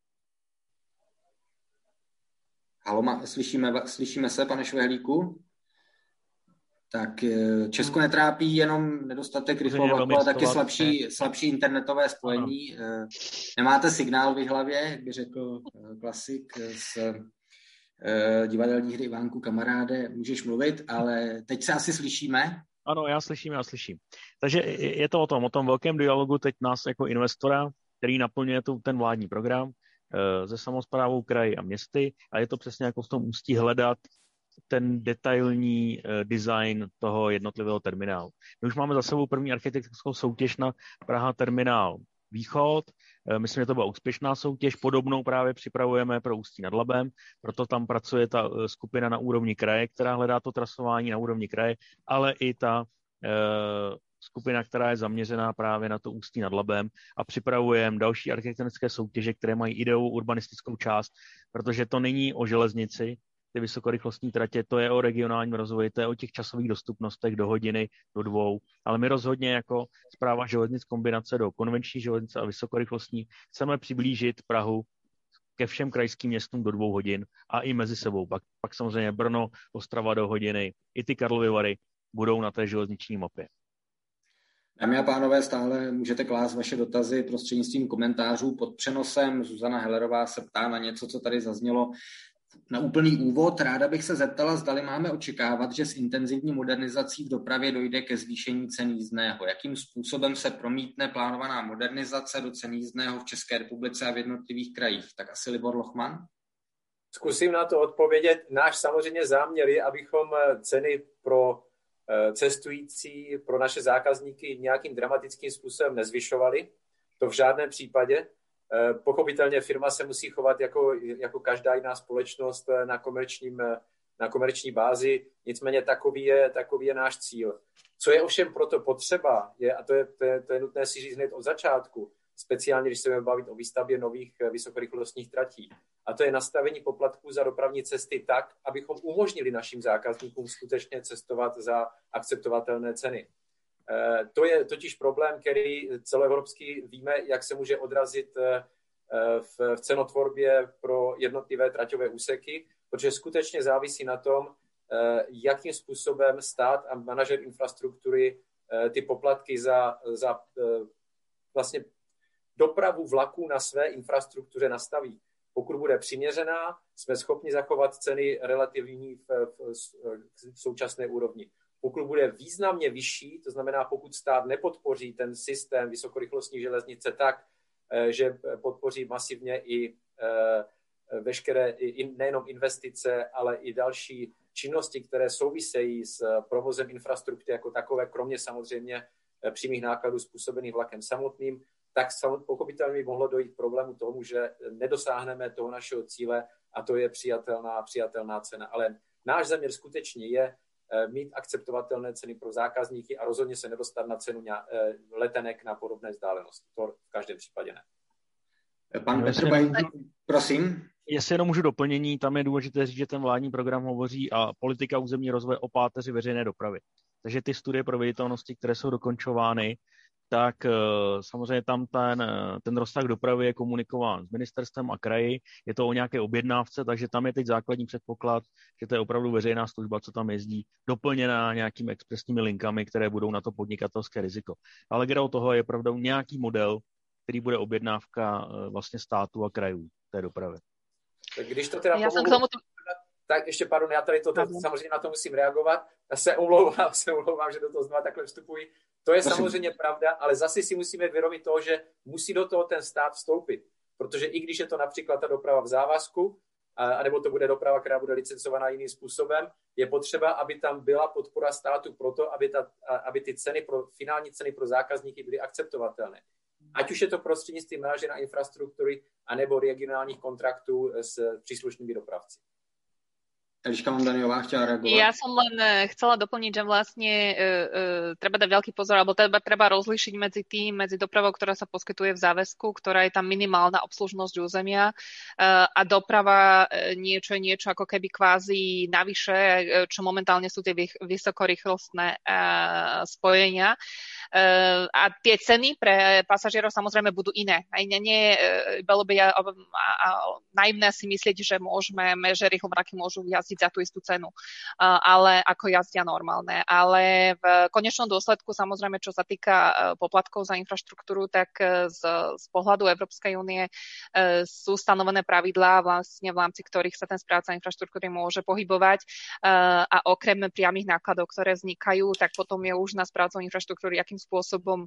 Halo, ma, slyšíme, slyšíme se, pane Švehlíku? Tak Česko netrápí jenom nedostatek rychlovlaku, ale taky slabší, slabší internetové spojení. Ano. Nemáte signál v Jihlavě, jak by řekl klasik z divadelní hry Ivánku kamaráde, můžeš mluvit, ale teď se asi slyšíme. Ano, já slyším, já slyším. Takže je to o tom, o tom velkém dialogu teď nás jako investora, který naplňuje tu, ten vládní program se samosprávou kraji a městy a je to přesně jako v tom Ústí hledat ten detailní uh, design toho jednotlivého terminálu. My už máme za sebou první architektonickou soutěž na Praha terminál Východ. Uh, myslím, že to byla úspěšná soutěž. Podobnou právě připravujeme pro Ústí nad Labem. Proto tam pracuje ta uh, skupina na úrovni kraje, která hledá to trasování na úrovni kraje, ale i ta uh, skupina, která je zaměřená právě na to Ústí nad Labem a připravujeme další architektonické soutěže, které mají ideovou urbanistickou část, protože to není o železnici, ty vysokorychlostní tratě, to je o regionálním rozvoji, to je o těch časových dostupnostech do hodiny, do dvou, ale my rozhodně jako Správa železnic kombinace do konvenční železnice a vysokorychlostní chceme přiblížit Prahu ke všem krajským městům do dvou hodin a i mezi sebou. Pak, pak samozřejmě Brno, Ostrava do hodiny, i ty Karlovy Vary budou na té železniční mapě. Dámy a pánové, stále můžete klást vaše dotazy prostřednictvím komentářů pod přenosem. Zuzana Hellerová se ptá na něco, co tady zaznělo na úplný úvod. Ráda bych se zeptala, zdali máme očekávat, že s intenzivní modernizací v dopravě dojde ke zvýšení cen jízdného. Jakým způsobem se promítne plánovaná modernizace do cen jízdného v České republice a v jednotlivých krajích? Tak asi Libor Lochman? Zkusím na to odpovědět. Náš samozřejmě záměr je, abychom ceny pro cestující, pro naše zákazníky nějakým dramatickým způsobem nezvyšovali. To v žádném případě. Pochopitelně firma se musí chovat jako, jako každá jiná společnost na, komerčním, na komerční bázi, nicméně takový je, takový je náš cíl. Co je ovšem proto potřeba, je, a to je, to, je, to je nutné si říct hned od začátku, speciálně když se budeme bavit o výstavbě nových vysokorychlostních tratí, a to je nastavení poplatků za dopravní cesty tak, abychom umožnili našim zákazníkům skutečně cestovat za akceptovatelné ceny. To je totiž problém, který celoevropský víme, jak se může odrazit v cenotvorbě pro jednotlivé traťové úseky, protože skutečně závisí na tom, jakým způsobem stát a manažer infrastruktury ty poplatky za, za vlastně dopravu vlaků na své infrastruktuře nastaví. Pokud bude přiměřená, jsme schopni zachovat ceny relativní v, v, v současné úrovni. Pokud bude významně vyšší, to znamená, pokud stát nepodpoří ten systém vysokorychlostní železnice tak, že podpoří masivně i veškeré, i nejenom investice, ale i další činnosti, které souvisejí s provozem infrastruktury jako takové, kromě samozřejmě přímých nákladů způsobených vlakem samotným, tak pochopitelně by mohlo dojít k problému tomu, že nedosáhneme toho našeho cíle a to je přijatelná, přijatelná cena. Ale náš záměr skutečně je mít akceptovatelné ceny pro zákazníky a rozhodně se nedostat na cenu letenek na podobné vzdálenosti. To v každém případě ne. Pan Petr Bajík, prosím. Jestli jenom můžu doplnění, tam je důležité říct, že ten vládní program hovoří a politika územní rozvoje o páteři veřejné dopravy. Takže ty studie proveditelnosti, které jsou dokončovány, tak samozřejmě tam ten, ten rozsah dopravy je komunikován s ministerstvem a kraji, je to o nějaké objednávce, takže tam je teď základní předpoklad, že to je opravdu veřejná služba, co tam jezdí, doplněná nějakými expresními linkami, které budou na to podnikatelské riziko. Ale kde od toho je opravdu nějaký model, který bude objednávka vlastně státu a krajů té dopravy. Tak když to teda já pomohu, jsem k tomu to... tak ještě pardon, já tady to, to samozřejmě na to musím reagovat. Já se omlouvám, se omlouvám, že do toho znova takhle vstupuji. To je samozřejmě pravda, ale zase si musíme vědomit toho, že musí do toho ten stát vstoupit. Protože i když je to například ta doprava v závazku, anebo to bude doprava, která bude licencovaná jiným způsobem, je potřeba, aby tam byla podpora státu pro to, aby, ta, aby ty ceny pro, finální ceny pro zákazníky byly akceptovatelné. Ať už je to prostřednictvím manažera infrastruktury, anebo regionálních kontraktů s příslušnými dopravci. Eliška Mondaniová chtěla reagovať. Ja som len chcela doplniť, že vlastne e, e, treba dať veľký pozor, alebo treba, treba rozlíšiť medzi tým, medzi dopravou, ktorá sa poskytuje v záväzku, ktorá je tam minimálna obslužnosť územia e, a doprava e, niečo je niečo ako keby kvázi navyše, e, čo momentálne sú tie vysokorýchlostné e, spojenia. E, a tie ceny pre pasažierov samozrejme budú iné. Aj nie, nie bolo by ja, a, a, naivné si myslieť, že môžeme, že rýchlo vlaky môžu jazdiť za tú istú cenu, ale ako jazdia normálne. Ale v konečnom dôsledku, samozrejme, čo sa týka poplatkov za infraštruktúru, tak z, z pohľadu Európskej únie sú stanovené pravidlá, vlastne v rámci ktorých sa ten správca infraštruktúry môže pohybovať a okrem priamých nákladov, ktoré vznikajú, tak potom je už na správcov infraštruktúry, akým spôsobom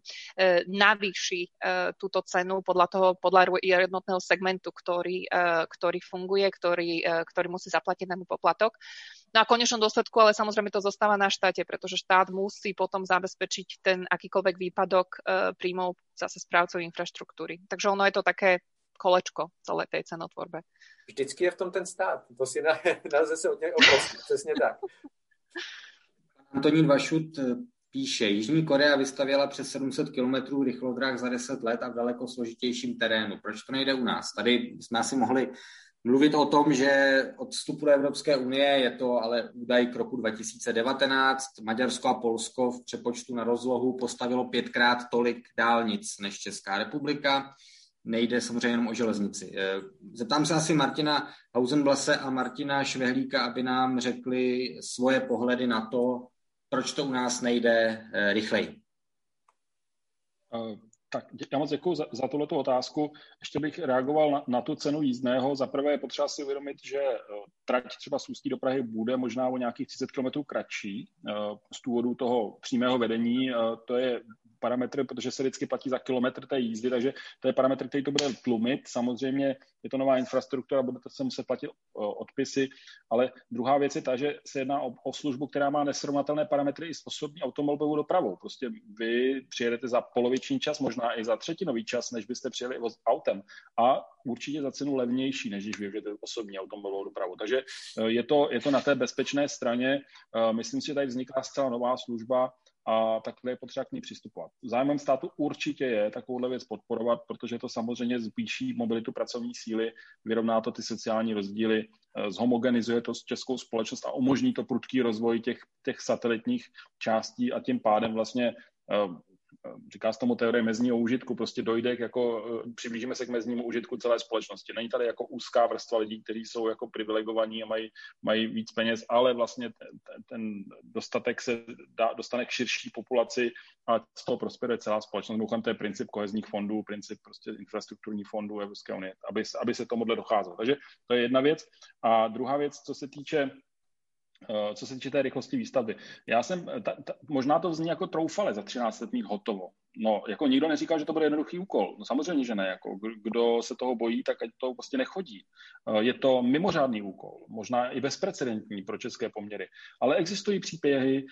navýši túto cenu podľa toho, podľa jednotného segmentu, ktorý, ktorý funguje, ktorý, ktorý musí zaplatiť na poplatok. No a v konečnom dôsledku, ale samozrejme to zostáva na štáte, pretože štát musí potom zabezpečiť ten akýkoľvek výpadok e, príjmov zase správcov infraštruktúry. Takže ono je to také kolečko celé tej cenotvorbe. Vždycky je v tom ten stát. To si nelze se od něj oprostit. Přesně tak. Antonín Vašut píše, Jižní Korea vystavěla přes sedm set kilometrů rychlodráh za deset let a v daleko složitějším terénu. Proč to nejde u nás? Tady jsme asi mohli mluvit o tom, že od vstupu do Evropské unie je to ale údaj k roku dva tisíce devatenáct. Maďarsko a Polsko v přepočtu na rozlohu postavilo pětkrát tolik dálnic než Česká republika. Nejde samozřejmě jenom o železnici. Zeptám se asi Martina Hausenblase a Martina Švehlíka, aby nám řekli svoje pohledy na to, proč to u nás nejde rychleji. Uh. Tak já moc děkuji za, za tuhletu otázku. Ještě bych reagoval na, na tu cenu jízdného. Za prvé je potřeba si uvědomit, že trať třeba z Ústí do Prahy bude možná o nějakých třicet kilometrů kratší z důvodu toho přímého vedení. To je parametr, protože se vždycky platí za kilometr té jízdy, takže to je parametr, který to bude tlumit. Samozřejmě je to nová infrastruktura, bude to se muset platit odpisy, ale druhá věc je ta, že se jedná o, o službu, která má nesrovnatelné parametry i s osobní automobilovou dopravou. Prostě vy přijedete za poloviční čas, možná i za třetinový čas, než byste přijeli autem a určitě za cenu levnější, než když využijete osobní automobilovou dopravu. Takže je to, je to na té bezpečné straně. Myslím si, že tady vzniká zcela nová služba, a takhle je potřeba k ní přistupovat. Zájmem státu určitě je takovouhle věc podporovat, protože to samozřejmě zvýší mobilitu pracovní síly, vyrovná to ty sociální rozdíly, zhomogenizuje to českou společnost a umožní to prudký rozvoj těch, těch satelitních částí a tím pádem vlastně říká se tomu teorie mezního užitku, prostě dojde k jako, přiblížíme se k meznímu užitku celé společnosti. Není tady jako úzká vrstva lidí, kteří jsou jako privilegovaní a mají, mají víc peněz, ale vlastně ten, ten dostatek se dá, dostane k širší populaci a z toho prosperuje celá společnost. Mimochodem to je princip kohezních fondů, princip prostě infrastrukturních fondů Evropské unie, aby, aby se tomuhle docházelo. Takže to je jedna věc. A druhá věc, co se týče Co se týče té rychlosti výstavby. Já jsem, ta, ta, možná to zní jako troufale za třináct let mít hotovo. No, jako nikdo neříkal, že to bude jednoduchý úkol. No samozřejmě, že ne. Jako, kdo se toho bojí, tak ať to prostě nechodí. Je to mimořádný úkol, možná i bezprecedentní pro české poměry. Ale existují příběhy,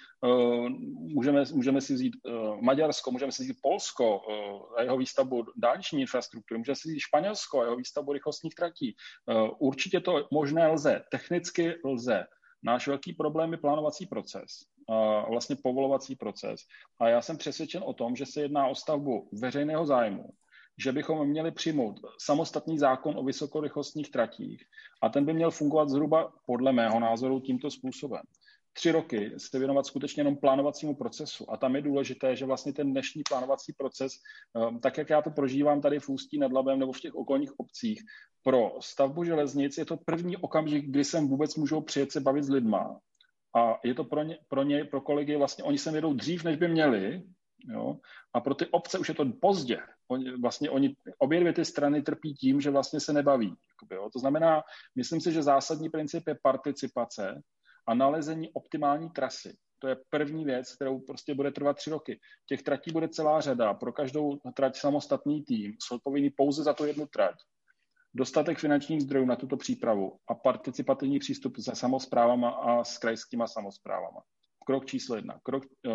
můžeme, můžeme si vzít Maďarsko, můžeme si vzít Polsko a jeho výstavbu dálniční infrastruktury, můžeme si vzít Španělsko a jeho výstavbu rychlostních tratí. Určitě to možné lze, technicky lze. Náš velký problém je plánovací proces, vlastně povolovací proces. A já jsem přesvědčen o tom, že se jedná o stavbu veřejného zájmu, že bychom měli přijmout samostatný zákon o vysokorychlostních tratích a ten by měl fungovat zhruba podle mého názoru tímto způsobem. Tři roky se věnovat skutečně jenom plánovacímu procesu. A tam je důležité, že vlastně ten dnešní plánovací proces, tak jak já to prožívám tady v Ústí nad Labem nebo v těch okolních obcích, pro stavbu železnic je to první okamžik, kdy sem vůbec můžou přijet se bavit s lidma. A je to pro ně, pro, ně, pro kolegy, vlastně oni sem jedou dřív, než by měli, jo? A pro ty obce už je to pozdě. Oni, vlastně oni, obě dvě ty strany trpí tím, že vlastně se nebaví. Jakoby, jo? To znamená, myslím si, že zásadní princip je participace a nalezení optimální trasy. To je první věc, kterou prostě bude trvat tři roky. Těch tratí bude celá řada, pro každou trať samostatný tým, jsou povinný pouze za tu jednu trať. Dostatek finančních zdrojů na tuto přípravu a participativní přístup se samosprávama a s krajskýma samosprávama. Krok číslo jedna. Krok, uh,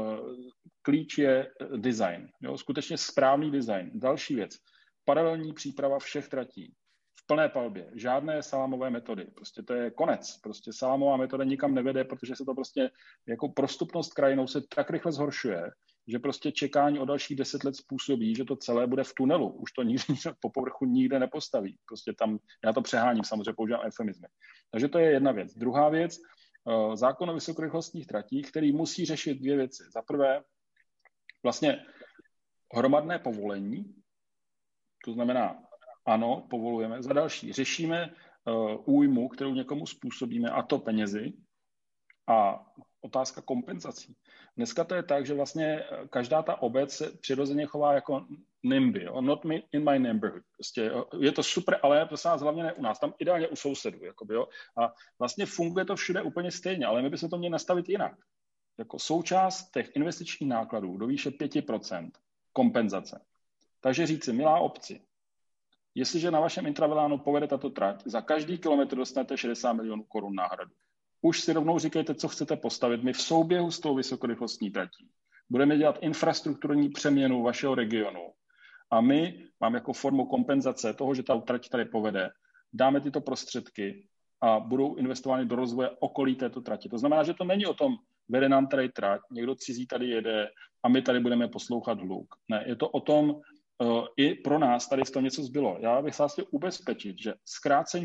klíč je design. Jo? Skutečně správný design. Další věc. Paralelní příprava všech tratí. V plné palbě. Žádné salámové metody. Prostě to je konec. Prostě salámová metoda nikam nevede, protože se to prostě jako prostupnost krajinou se tak rychle zhoršuje, že prostě čekání o dalších deset let způsobí, že to celé bude v tunelu. Už to nikdy po povrchu nikde nepostaví. Prostě tam, já to přeháním, samozřejmě používám eufemizmy. Takže to je jedna věc. Druhá věc, zákon o vysokorychlostních tratích, který musí řešit dvě věci. Za prvé, vlastně hromadné povolení, to znamená, ano, povolujeme. Za další, řešíme uh, újmu, kterou někomu způsobíme, a to penězi. A otázka kompenzací. Dneska to je tak, že vlastně každá ta obec se přirozeně chová jako NIMBY, jo? Not me, in my neighborhood. Prostě, je to super, ale to se nás hlavně ne u nás, tam ideálně u sousedů. Jakoby, jo? A vlastně funguje to všude úplně stejně, ale my bychom to měli nastavit jinak. Jako součást těch investičních nákladů do výše pět procent kompenzace. Takže říci, milá obci, jestliže na vašem intravilánu povede tato trať, za každý kilometr dostanete šedesát milionů korun náhradu. Už si rovnou říkejte, co chcete postavit. My v souběhu s tou vysokorychlostní tratí budeme dělat infrastrukturní přeměnu vašeho regionu. A my máme jako formu kompenzace toho, že ta trať tady povede, dáme tyto prostředky a budou investovány do rozvoje okolí této trati. To znamená, že to není o tom, vede nám tady trať, někdo cizí tady jede a my tady budeme poslouchat hluk. Ne, je to o tom, uh, i pro nás tady z toho něco zbylo. Já bych se vlastně ubezpečit, že zkrácení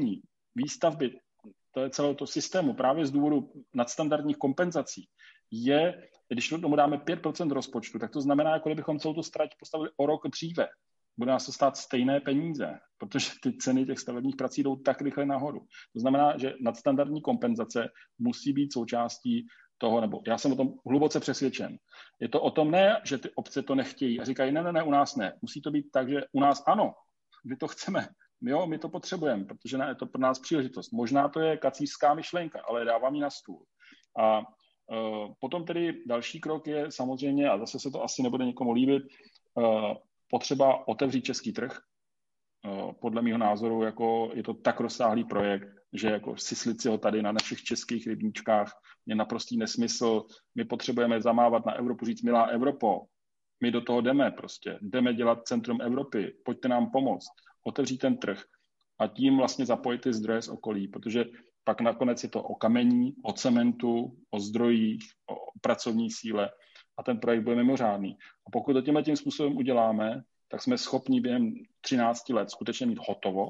výstavby, to je celého to systému, právě z důvodu nadstandardních kompenzací, je, když tomu dáme pět procent rozpočtu, tak to znamená, jako kdybychom celou tu trať postavili o rok dříve. Bude nás to stát stejné peníze, protože ty ceny těch stavebních prací jdou tak rychle nahoru. To znamená, že nadstandardní kompenzace musí být součástí toho, nebo já jsem o tom hluboce přesvědčen. Je to o tom ne, že ty obce to nechtějí a říkají, ne, ne, ne, u nás ne. Musí to být tak, že u nás ano, my to chceme. Jo, my to potřebujeme, protože je to pro nás příležitost. Možná to je kacířská myšlenka, ale dávám ji na stůl. A uh, potom tedy další krok je samozřejmě, a zase se to asi nebude někomu líbit, uh, potřeba otevřít český trh. Uh, podle mého názoru jako je to tak rozsáhlý projekt, že jako syslit si ho tady na našich českých rybníčkách je naprostý nesmysl. My potřebujeme zamávat na Evropu, říct milá Evropo, my do toho jdeme prostě, jdeme dělat centrum Evropy, pojďte nám pomoct, otevřít ten trh a tím vlastně zapojit ty zdroje z okolí, protože pak nakonec je to o kamení, o cementu, o zdrojích, o pracovní síle a ten projekt bude mimořádný. A pokud to tímhle tím způsobem uděláme, tak jsme schopni během třinácti let skutečně mít hotovo,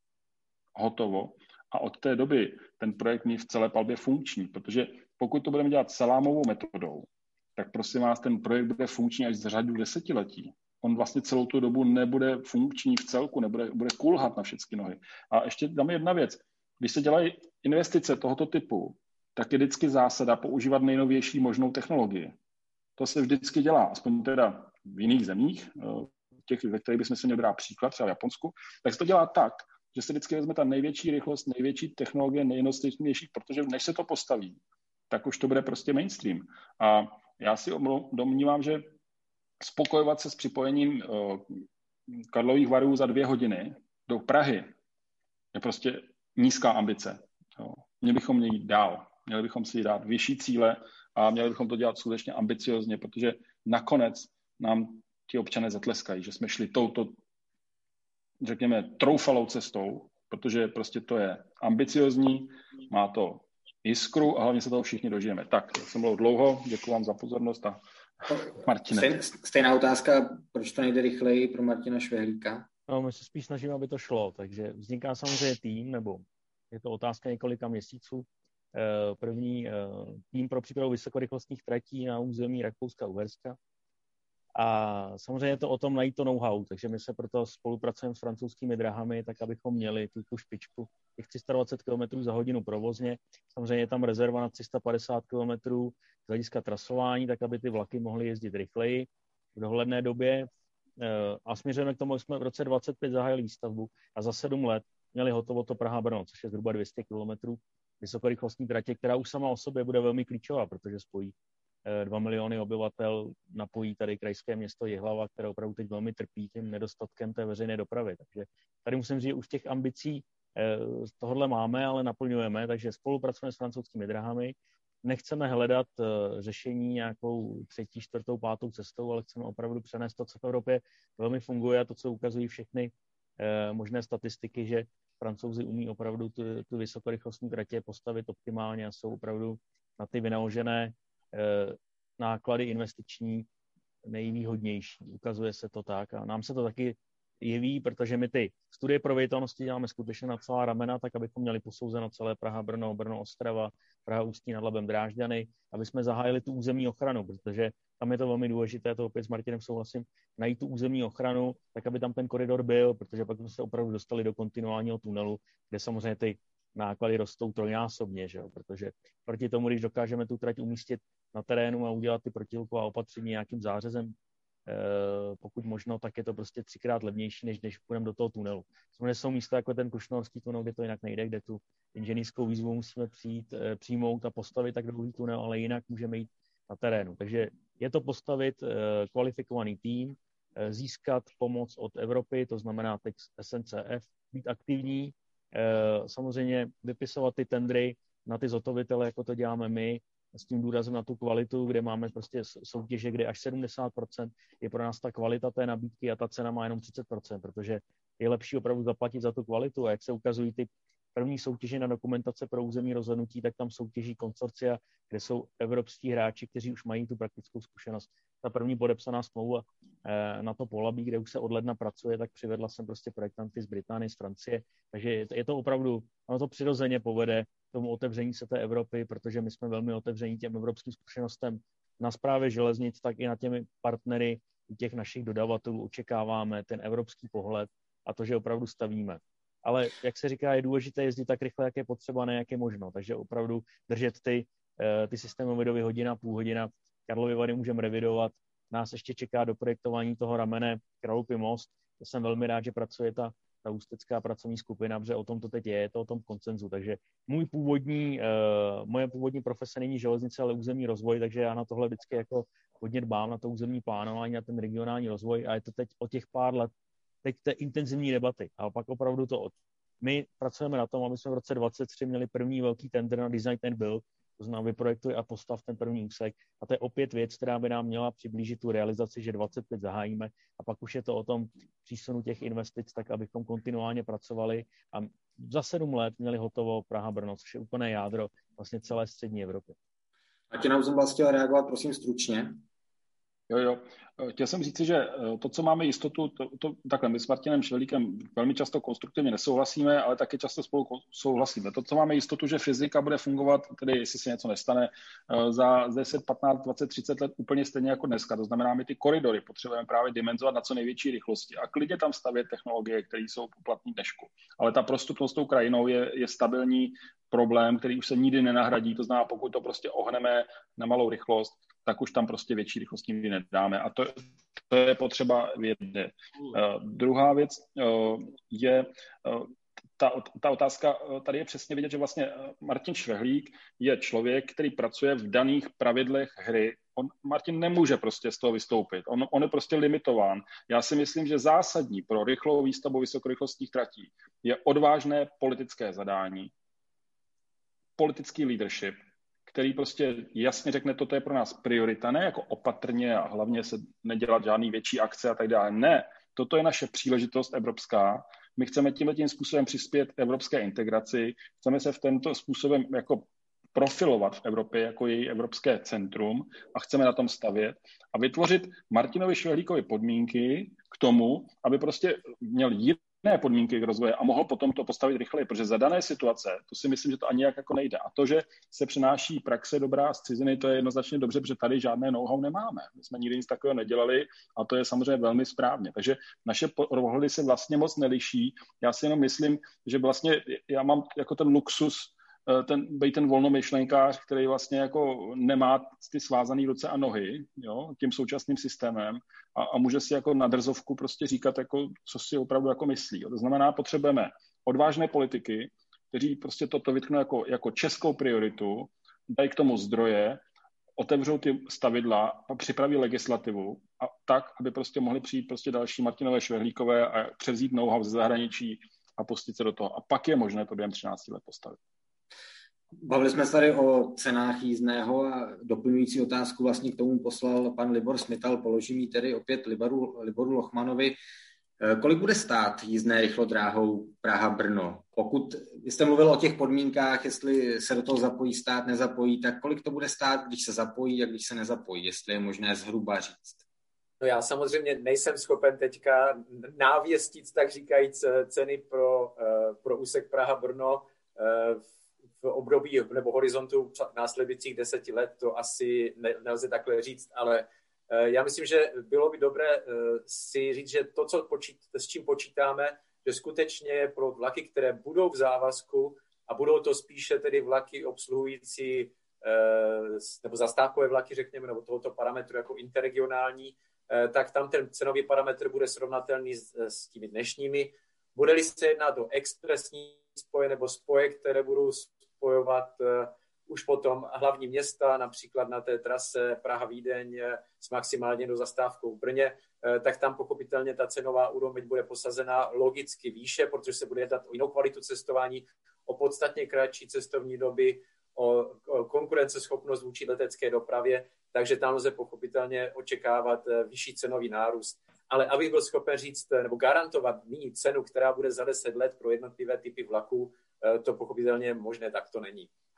hotovo a od té doby ten projekt mít v celé palbě funkční, protože pokud to budeme dělat salámovou metodou, tak prosím vás, ten projekt bude funkční až z řadu desetiletí. On vlastně celou tu dobu nebude funkční v celku, nebude, bude kulhat na všechny nohy. A ještě dáme jedna věc. Když se dělají investice tohoto typu, tak je vždycky zásada používat nejnovější možnou technologii. To se vždycky dělá, aspoň teda v jiných zemích, těch, ve kterých bychom se měli brát příklad, třeba v Japonsku, tak se to dělá tak, že se vždycky vezme ta největší rychlost, největší technologie, nejinovativnější, protože než se to postaví, tak už to bude prostě mainstream. A já si domnívám, že spokojovat se s připojením uh, Karlových Varů za dvě hodiny do Prahy je prostě nízká ambice. Jo. Měli bychom jít dál, měli bychom si dát vyšší cíle a měli bychom to dělat skutečně ambiciozně, protože nakonec nám ti občané zatleskají, že jsme šli touto, řekněme, troufalou cestou, protože prostě to je ambiciozní, má to jiskru a hlavně se toho všichni dožijeme. Tak, já jsem mluvil dlouho, děkuji vám za pozornost a Martine. Stejná, stejná otázka, proč to nejde rychleji pro Martina Švehlíka? No, my se spíš snažíme, aby to šlo, takže vzniká samozřejmě tým, nebo je to otázka několika měsíců. První tým pro přípravu vysokorychlostních tratí na území Rakouska a Uherska. A samozřejmě je to o tom najít to know-how, takže my se proto spolupracujeme s francouzskými drahami, tak abychom měli tu, tu špičku těch tři sta dvacet kilometrů za hodinu provozně. Samozřejmě je tam rezerva na tři sta padesát kilometrů z hlediska trasování, tak aby ty vlaky mohly jezdit rychleji v dohledné době. A směřujeme k tomu, že jsme v roce dvacet pět zahájili výstavbu a za sedm let měli hotovo to Praha-Brno, což je zhruba dvě stě kilometrů vysokorychlostní tratě, která už sama o sobě bude velmi klíčová, protože spojí dva miliony obyvatel, napojí tady krajské město Jihlava, které opravdu teď velmi trpí tím nedostatkem té veřejné dopravy. Takže tady musím říct, že už těch ambicí z tohohle máme, ale naplňujeme, takže spolupracujeme s francouzskými drahami. Nechceme hledat řešení nějakou třetí, čtvrtou, pátou cestou, ale chceme opravdu přenést to, co v Evropě velmi funguje a to, co ukazují všechny možné statistiky, že Francouzi umí opravdu tu, tu vysokorychlostní tratě postavit optimálně a jsou opravdu na ty vynaložené náklady investiční nejvýhodnější. Ukazuje se to tak a nám se to taky jeví, protože my ty studie proveditelnosti děláme skutečně na celá ramena, tak abychom měli posouzeno celé Praha, Brno, Brno, Ostrava, Praha, Ústí nad Labem, Drážďany, aby jsme zahájili tu územní ochranu, protože tam je to velmi důležité, to opět s Martinem souhlasím, najít tu územní ochranu, tak aby tam ten koridor byl, protože pak jsme se opravdu dostali do kontinuálního tunelu, kde samozřejmě ty náklady rostou trojnásobně, že jo? Protože proti tomu, když dokážeme tu trať umístit na terénu a udělat ty protihlukové opatření nějakým zářezem, eh, pokud možno, tak je to prostě třikrát levnější, než když půjdeme do toho tunelu. Samozřejmě jsou místa jako ten Kušnorský tunel, kde to jinak nejde, kde tu inženýrskou výzvu musíme přijít, eh, přijmout a postavit tak dlouhý tunel, ale jinak můžeme jít na terénu. Takže je to postavit eh, kvalifikovaný tým, eh, získat pomoc od Evropy, to znamená teď S N C F, být aktivní, samozřejmě vypisovat ty tendry na ty zhotovitele, jako to děláme my, s tím důrazem na tu kvalitu, kde máme prostě soutěže, kde až sedmdesát procent je pro nás ta kvalita té nabídky a ta cena má jenom třicet procent, protože je lepší opravdu zaplatit za tu kvalitu a jak se ukazují ty první soutěže na dokumentace pro územní rozhodnutí, tak tam soutěží konsorcia, kde jsou evropští hráči, kteří už mají tu praktickou zkušenost. Ta první podepsaná smlouva na to Polabí, kde už se od ledna pracuje, tak přivedla jsem prostě projektanty z Británie, z Francie, takže je to opravdu, ono to přirozeně povede k tomu otevření se té Evropy, protože my jsme velmi otevření těm evropským zkušenostem na správě železnic, tak i na těmi partnery těch našich dodavatelů očekáváme ten evropský pohled a to, že opravdu stavíme. Ale jak se říká, je důležité jezdit tak rychle, jak je potřeba, ne jak je možno. Takže opravdu držet ty, ty systémové doby hodina, půl hodina. Karlovy Vary můžeme revidovat. Nás ještě čeká do projektování toho ramene Kralupy most. To jsem velmi rád, že pracuje ta, ta ústecká pracovní skupina, protože o tom to teď je, je to o tom konsenzu. Takže můj původní, uh, moje původní profese není železnice, ale územní rozvoj, takže já na tohle vždycky jako hodně dbám, na to územní plánování, na ten regionální rozvoj a je to teď o těch pár let teď té intenzivní debaty. A pak opravdu to od... My pracujeme na tom, aby jsme v roce dvacet tři měli první velký tender na design and build, to znamená vyprojektuj a postav ten první úsek. A to je opět věc, která by nám měla přiblížit tu realizaci, že dvacet pět zahájíme a pak už je to o tom přísunu těch investic, tak abychom kontinuálně pracovali a za sedm let měli hotovo Praha-Brno, což je úplné jádro vlastně celé střední Evropy. A tě nám jsem vás chtěl reagovat, prosím, stručně. Jo, jo. Chtěl jsem říci, že to, co máme jistotu, to, to, takhle, my s Martinem Švehlíkem velmi často konstruktivně nesouhlasíme, ale taky často spolu souhlasíme. To, co máme jistotu, že fyzika bude fungovat, tedy jestli se něco nestane, za deset, patnáct, dvacet, třicet let úplně stejně jako dneska. To znamená, my ty koridory potřebujeme právě dimenzovat na co největší rychlosti a klidně tam stavět technologie, které jsou poplatné dnešku. Ale ta prostupnost tou krajinou je, je stabilní problém, který už se nikdy nenahradí. To znamená, pokud to prostě ohneme na malou rychlost, tak už tam prostě větší rychlost nikdy nedáme. A to, to je potřeba vědět. Uh, druhá věc uh, je, uh, ta, ta otázka, uh, tady je přesně vidět, že vlastně Martin Švehlík je člověk, který pracuje v daných pravidlech hry. On, Martin nemůže prostě z toho vystoupit. On, on je prostě limitován. Já si myslím, že zásadní pro rychlou výstavbu vysokorychlostních tratí je odvážné politické zadání, politický leadership, který prostě jasně řekne, toto je pro nás priorita, ne jako opatrně a hlavně se nedělat žádný větší akce a tak dále. Ne, toto je naše příležitost evropská. My chceme tímhle tím způsobem přispět evropské integraci, chceme se v tento způsobem jako profilovat v Evropě jako její evropské centrum a chceme na tom stavět a vytvořit Martinovi Švehlíkovi podmínky k tomu, aby prostě měl jiné podmínky k rozvoji a mohl potom to postavit rychleji, protože za dané situace, to si myslím, že to ani jak jako nejde. A to, že se přináší praxe dobrá z ciziny, to je jednoznačně dobře, protože tady žádné know-how nemáme. My jsme nikdy nic takového nedělali a to je samozřejmě velmi správně. Takže naše pohledy se vlastně moc neliší. Já si jenom myslím, že vlastně já mám jako ten luxus, ten, být ten volnomyšlenkář, který vlastně jako nemá ty svázané ruce a nohy, jo, tím současným systémem a, a může si jako na drzovku prostě říkat, jako, co si opravdu jako myslí. Jo. To znamená, potřebujeme odvážné politiky, kteří prostě toto vytknou jako, jako českou prioritu, dají k tomu zdroje, otevřou ty stavidla a připraví legislativu a tak, aby prostě mohli přijít prostě další Martinové Švehlíkové a převzít know-how ze zahraničí a pustit se do toho. A pak je možné to během třinácti let postavit. Bavili jsme se tady o cenách jízdného a doplňující otázku vlastně k tomu poslal pan Libor Smital, položím ji tedy opět Liboru, Liboru Lochmanovi. Kolik bude stát jízdné rychlodráhou Praha-Brno? Pokud jste mluvil o těch podmínkách, jestli se do toho zapojí stát, nezapojí, tak kolik to bude stát, když se zapojí a když se nezapojí, jestli je možné zhruba říct? No já samozřejmě nejsem schopen teďka návěstit, tak říkajíc, ceny pro, pro úsek Praha-Brno v období nebo horizontu následujících deseti let, to asi ne, nelze takhle říct, ale já myslím, že bylo by dobré si říct, že to, co počít, s čím počítáme, že skutečně pro vlaky, které budou v závazku a budou to spíše tedy vlaky obsluhující nebo zastávkové vlaky, řekněme, nebo tohoto parametru jako interregionální, tak tam ten cenový parametr bude srovnatelný s, s těmi dnešními. Bude-li se jednat o expresní spoje nebo spoje, které budou spojovat už potom hlavní města, například na té trase Praha-Vídeň s maximálně do zastávkou v Brně, tak tam pochopitelně ta cenová úroveň bude posazená logicky výše, protože se bude jednat o jinou kvalitu cestování, o podstatně kratší cestovní doby, o konkurenceschopnost vůči letecké dopravě, takže tam lze pochopitelně očekávat vyšší cenový nárůst. Ale abych byl schopen říct nebo garantovat nyní cenu, která bude za deset let pro jednotlivé typy vlaků, to pochopitelně možné tak to není.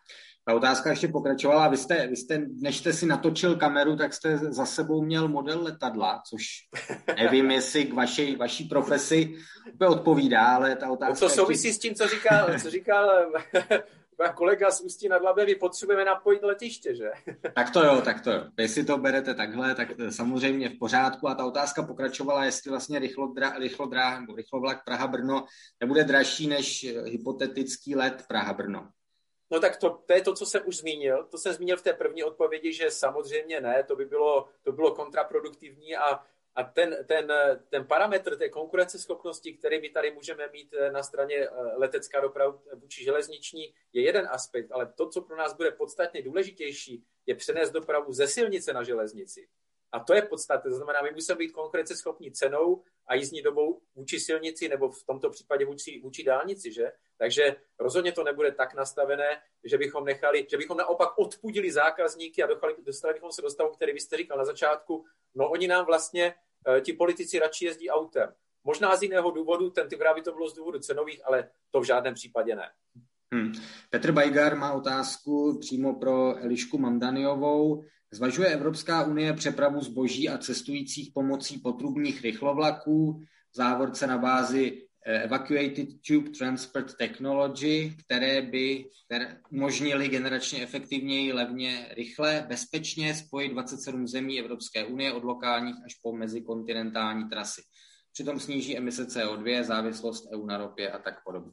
Ta otázka ještě pokračovala. Vy jste, vy jste, než jste si natočil kameru, tak jste za sebou měl model letadla, což nevím, jestli k vaší, vaší profesi úplně odpovídá, ale ta otázka... No to souvisí ještě... s tím, co říkal, co říkal kolega z Ústí nad Labem, my potřebujeme napojit letiště, že? Tak to jo, tak to jo. Jestli to berete takhle, tak samozřejmě v pořádku. A ta otázka pokračovala, jestli vlastně rychlodrá, rychlodrá, nebo rychlovlak Praha-Brno nebude dražší než hypotetický let Praha-Brno. No tak to, to je to, co jsem už zmínil. To jsem zmínil v té první odpovědi, že samozřejmě ne, to by bylo, to bylo kontraproduktivní a, a ten, ten, ten parametr té konkurenceschopnosti, který my tady můžeme mít na straně letecká doprava vůči železniční, je jeden aspekt, ale to, co pro nás bude podstatně důležitější, je přenést dopravu ze silnice na železnici. A to je podstatné, to znamená, my musíme být konkurenceschopní cenou a jízdní dobou vůči silnici nebo v tomto případě vůči, vůči dálnici, že? Takže rozhodně to nebude tak nastavené, že bychom nechali, že bychom naopak odpudili zákazníky a dostali, dostali bychom se do stavu, který vy jste říkal na začátku, no oni nám vlastně, ti politici radši jezdí autem. Možná z jiného důvodu, tentokrát by to bylo z důvodu cenových, ale to v žádném případě ne. Hmm. Petr Bajgar má otázku přímo pro Elišku Mandaniovou. Zvažuje Evropská unie přepravu zboží a cestujících pomocí potrubních rychlovlaků v závorce na bázi Evacuated Tube Transport Technology, které by které umožnily generačně efektivněji, levně, rychle, bezpečně spojit dvacet sedm zemí Evropské unie od lokálních až po mezikontinentální trasy. Přitom sníží emise C O dva, závislost E U na ropě a tak podobně.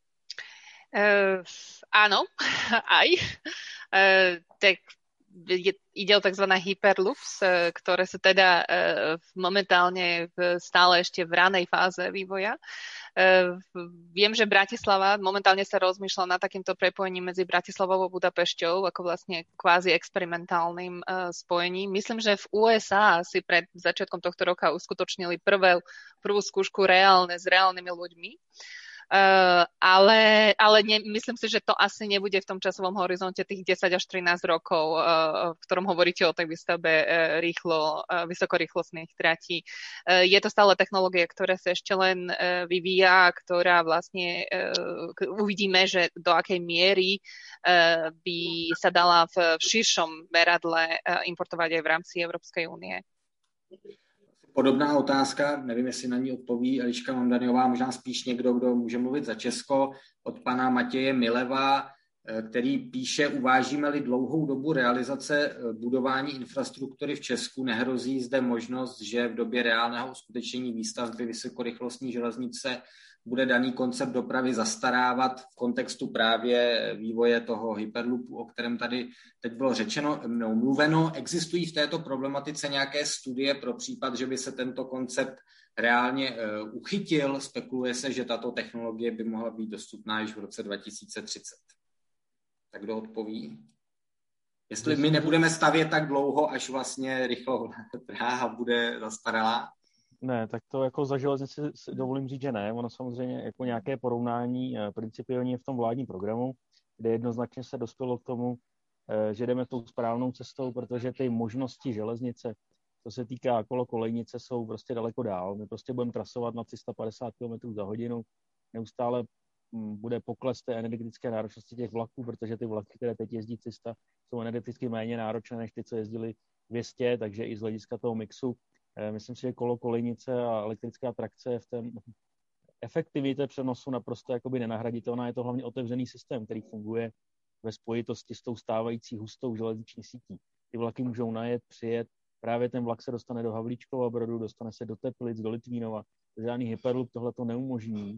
Uh, áno, aj. Uh, tak je, ide o tzv. Hyperloops, uh, ktoré sú teda uh, momentálne v, stále ešte v ranej fáze vývoja. Uh, viem, že Bratislava, momentálne sa rozmýšľa nad takýmto prepojením medzi Bratislavou a Budapešťou, ako vlastne kvázi experimentálnym uh, spojením. Myslím, že v ú es á si pred začiatkom tohto roka uskutočnili prvé, prvú skúšku reálne s reálnymi ľuďmi. Uh, ale, ale ne, myslím si, že to asi nebude v tom časovom horizonte tých desať až trinásť rokov, uh, v ktorom hovoríte o tej výstavbe uh, rýchlo, uh, vysokorýchlostných tratí. Uh, je to stále technológia, ktorá sa ešte len uh, vyvíja, ktorá vlastne uh, uvidíme, že do akej miery uh, by sa dala v, v širšom meradle uh, importovať aj v rámci Európskej únie. Podobná otázka, nevím, jestli na ní odpoví Eliška Mandaniová, možná spíš někdo, kdo může mluvit za Česko, od pana Matěje Mileva, který píše, uvážíme-li dlouhou dobu realizace budování infrastruktury v Česku, nehrozí zde možnost, že v době reálného uskutečnění výstavby vysokorychlostní železnice bude daný koncept dopravy zastarávat v kontextu právě vývoje toho hyperloopu, o kterém tady teď bylo řečeno, no, mluveno. Existují v této problematice nějaké studie pro případ, že by se tento koncept reálně uh, uchytil? Spekuluje se, že tato technologie by mohla být dostupná již v roce dva tisíce třicet. Tak kdo odpoví? Jestli my nebudeme stavět tak dlouho, až vlastně rychlo dráha bude zastaralá? Ne, tak to jako za železnici dovolím říct, že ne. Ono samozřejmě jako nějaké porovnání principiálně v tom vládním programu, kde jednoznačně se dospělo k tomu, že jdeme tou správnou cestou, protože ty možnosti železnice, co se týká kolo kolejnice, jsou prostě daleko dál. My prostě budeme trasovat na tři sta padesát kilometrů za hodinu. Neustále bude pokles té energetické náročnosti těch vlaků, protože ty vlaky, které teď jezdí tři sta, jsou energeticky méně náročné než ty, co jezdili dvě stě, takže i z hlediska toho mixu myslím si, že kolo kolejnice a elektrická trakce v té efektivitě přenosu naprosto jakoby nenahraditelná. Je to hlavně otevřený systém, který funguje ve spojitosti s tou stávající hustou železniční sítí. Ty vlaky můžou najet, přijet, právě ten vlak se dostane do Havlíčkova Brodu, dostane se do Teplic, do Litvínova. Žádný hyperloop tohle to neumožní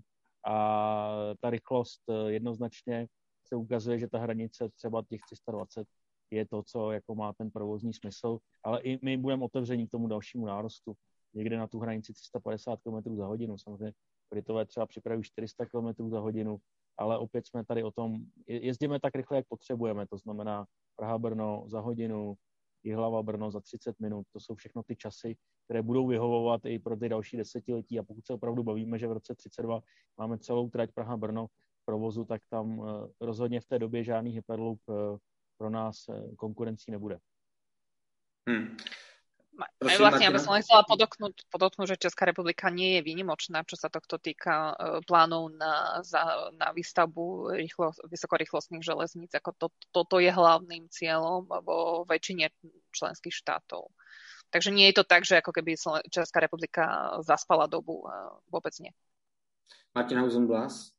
a ta rychlost jednoznačně se ukazuje, že ta hranice třeba těch tři sta dvacet je to, co jako má ten provozní smysl, ale i my budeme otevření k tomu dalšímu nárostu. Někde na tu hranici tři sta padesát kilometrů za hodinu. Samozřejmě Britové třeba připravují čtyři sta kilometrů za hodinu, ale opět jsme tady o tom, jezdíme tak rychle, jak potřebujeme, to znamená Praha-Brno za hodinu, Jihlava-Brno za třicet minut, to jsou všechno ty časy, které budou vyhovovat i pro ty další desetiletí a pokud se opravdu bavíme, že v roce třicet dva máme celou trať Praha-Brno v provozu, tak tam rozhodně v té době žádný hyperloop pro nás konkurencí nebude. Hmm. Prosím, vlastne, Martina. aby som len chcela podotknúť, podotknúť, že Česká republika nie je výnimočná, čo sa tohto týka plánov na, za, na výstavbu rýchlo, vysokorýchlostných železníc. Ako to, toto je hlavným cieľom vo väčšine členských štátov. Takže nie je to tak, že ako keby Česká republika zaspala dobu. Vôbec nie. Martin Hausenblas.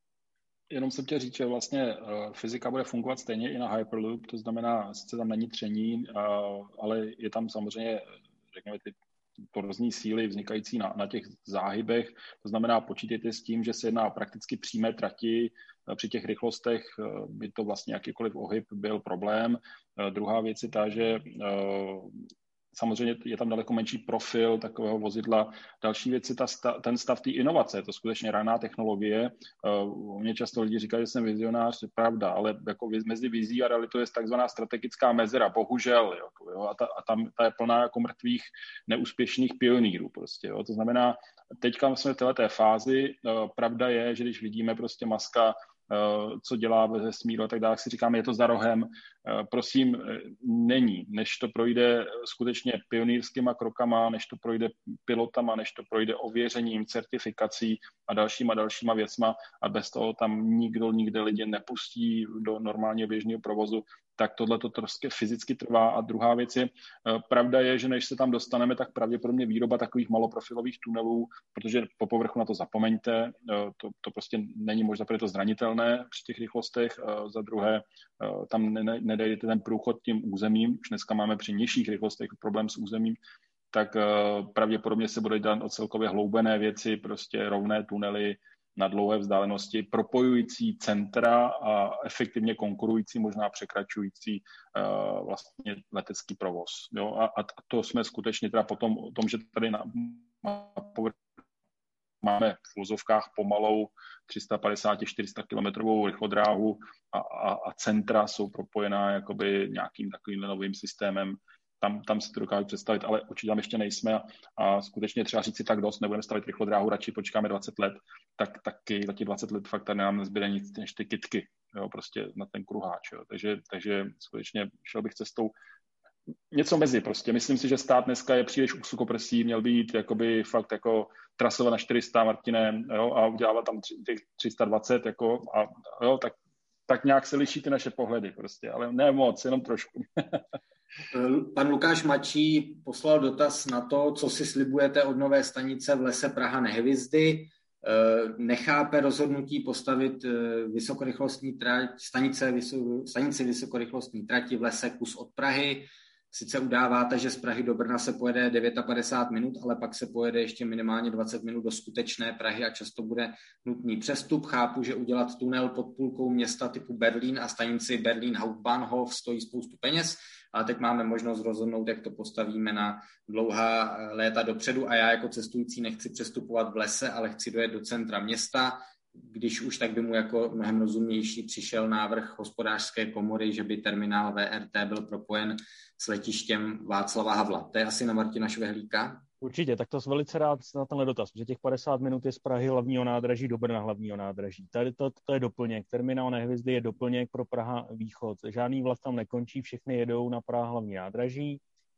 Jenom jsem chtěl říct, že vlastně uh, fyzika bude fungovat stejně i na Hyperloop, to znamená, sice tam není tření, uh, ale je tam samozřejmě, řekněme, ty torzní síly vznikající na, na těch záhybech, to znamená, počítejte s tím, že se jedná o prakticky přímé trati, uh, při těch rychlostech uh, by to vlastně jakýkoliv ohyb byl problém. Uh, druhá věc je ta, že uh, samozřejmě je tam daleko menší profil takového vozidla. Další věc je ta, ten stav té inovace, je to skutečně raná technologie. Uh, Mně často lidi říkají, že jsem vizionář, je pravda, ale jako mezi vizí a realitou je takzvaná strategická mezera, bohužel. Jo, jo, a, ta, a tam ta je plná jako mrtvých neúspěšných pionýrů. Prostě, jo. To znamená, teďka jsme v této fázi. Uh, pravda je, že když vidíme prostě Muska, co dělá ve vesmíru a tak dále, si říkáme, je to za rohem. Prosím, není. Než to projde skutečně pionýrskýma krokama, než to projde pilotama, než to projde ověřením, certifikací a dalšíma dalšíma věcma a bez toho tam nikdo nikde lidi nepustí do normálního běžného provozu, tak tohle to prostě fyzicky trvá. A druhá věc je, pravda je, že než se tam dostaneme, tak pravděpodobně výroba takových maloprofilových tunelů, protože po povrchu na to zapomeňte, to, to prostě není možná, protože je to zranitelné při těch rychlostech, za druhé tam ne, nedejte ten průchod tím územím, už dneska máme při nižších rychlostech problém s územím, tak pravděpodobně se bude dělat o celkově hloubené věci, prostě rovné tunely na dlouhé vzdálenosti, propojující centra a efektivně konkurující, možná překračující uh, vlastně letecký provoz. Jo? A, a to jsme skutečně teda potom o tom, že tady na, na máme v vozovkách pomalou tři sta padesát až čtyři sta kilometrovou rychlodráhu a, a, a centra jsou propojená jakoby nějakým takovým novým systémem. Tam, tam si to dokážu představit, ale určitě tam ještě nejsme a, a skutečně třeba říct si tak dost, nebudeme stavit rychlodráhu, radši počkáme dvacet let, tak taky za těch dvacet let fakt tady nám nezbyde nic než ty kytky, jo, prostě na ten kruháč. Jo. Takže, takže skutečně šel bych cestou něco mezi prostě. Myslím si, že stát dneska je příliš úzkoprsý, měl být jakoby fakt jako trasovat na čtyři sta, Martine, jo, a udělávat tam těch tři sta dvacet, jako, a jo, tak, tak nějak se liší ty naše pohledy prostě, ale ne moc, jenom trošku. Pan Lukáš Mačí poslal dotaz na to, co si slibujete od nové stanice v lese Praha-Nehvizdy. Nechápe rozhodnutí postavit vysokorychlostní trať, stanice, stanici vysokorychlostní trati v lese kus od Prahy. Sice udáváte, že z Prahy do Brna se pojede padesát devět minut, ale pak se pojede ještě minimálně dvacet minut do skutečné Prahy a často bude nutný přestup. Chápu, že udělat tunel pod půlkou města typu Berlín a stanici Berlín Hauptbahnhof stojí spoustu peněz, ale teď máme možnost rozhodnout, jak to postavíme na dlouhá léta dopředu a já jako cestující nechci přestupovat v lese, ale chci dojet do centra města. Když už, tak by mu jako mnohem rozumnější přišel návrh hospodářské komory, že by terminál V R T byl propojen s letištěm Václava Havla. To je asi na Martina Švehlíka? Určitě, tak to velice rád na tenhle dotaz, že těch padesát minut je z Prahy hlavního nádraží do Brna hlavního nádraží. Tady to, to je doplněk. Terminál Nehvizdy je doplněk pro Praha východ. Žádný vlak tam nekončí, všechny jedou na Praha hlavní nádraží.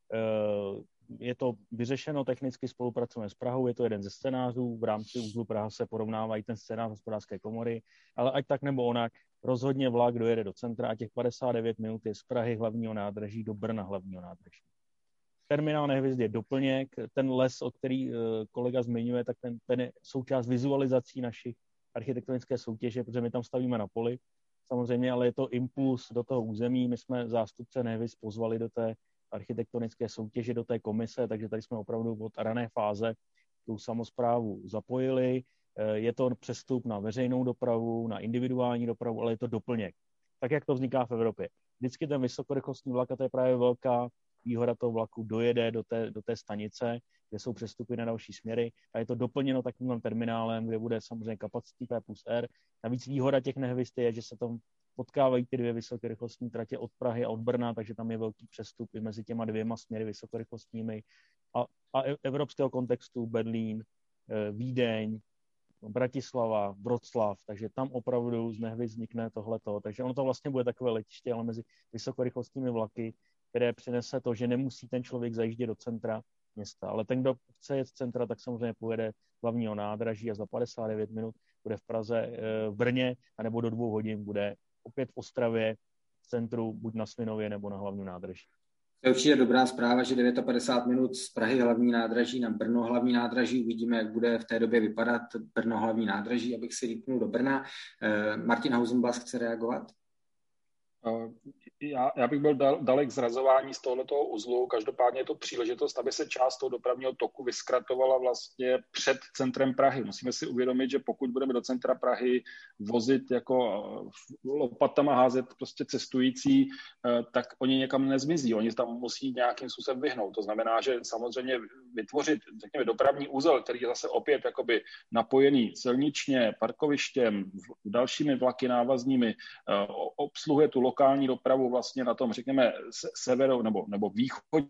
Je to vyřešeno technicky, spolupracujeme s Prahou, je to jeden ze scénářů, v rámci uzlu Praha se porovnávají ten scénář hospodářské komory, ale ať tak nebo onak, rozhodně vlak dojede do centra a těch padesát devět minut je z Prahy hlavního nádraží do Brna hlavního nádraží. Terminál Nehvizdy je doplněk, ten les, o který kolega zmiňuje, tak ten, ten je součást vizualizací našich architektonické soutěže, protože my tam stavíme na poli, samozřejmě, ale je to impuls do toho území, my jsme zástupce Nehviz pozvali do té architektonické soutěže, do té komise, takže tady jsme opravdu od rané fáze tu samosprávu zapojili. Je to přestup na veřejnou dopravu, na individuální dopravu, ale je to doplněk. Tak, jak to vzniká v Evropě. Vždycky ten vysokorychlostní vlak, a to je právě velká výhoda toho vlaku, dojede do té, do té stanice, kde jsou přestupy na další směry a je to doplněno takovým terminálem, kde bude samozřejmě kapacitní P plus R. Navíc výhoda těch Nehvizd je, že se tam potkávají ty dvě vysokorychlostní tratě od Prahy a od Brna, takže tam je velký přestup i mezi těma dvěma směry vysokorychlostními. A, a evropského kontextu Berlín, Vídeň, Bratislava, Vroclav, takže tam opravdu z Nehvizd vznikne tohleto. Takže ono to vlastně bude takové letiště, ale mezi vysokorychlostními vlaky, které přinese to, že nemusí ten člověk zajíždět do centra města. Ale ten, kdo chce jet z centra, tak samozřejmě pojede hlavního nádraží a za padesát devět minut bude v Praze, v Brně, anebo do dvou hodin bude opět v Ostravě, v centru, buď na Svinově, nebo na hlavním nádraží. To je určitě dobrá zpráva, že padesát devět minut z Prahy hlavní nádraží na Brno hlavní nádraží. Uvidíme, jak bude v té době vypadat Brno hlavní nádraží, abych si rýpnul do Brna. Martin Hausenblas chce reagovat? Já, já bych byl dal, dalek zrazování z tohoto uzlu. Každopádně je to příležitost, aby se část toho dopravního toku vyskratovala vlastně před centrem Prahy. Musíme si uvědomit, že pokud budeme do centra Prahy vozit jako lopatama házet prostě cestující, tak oni někam nezmizí. Oni tam musí nějakým způsobem vyhnout. To znamená, že samozřejmě vytvořit, řekněme, dopravní úzel, který je zase opět jakoby napojený silničně, parkovištěm, dalšími vlaky návaznými, obsluhuje tu lokální dopravu vlastně na tom, řekněme, severu nebo, nebo východě,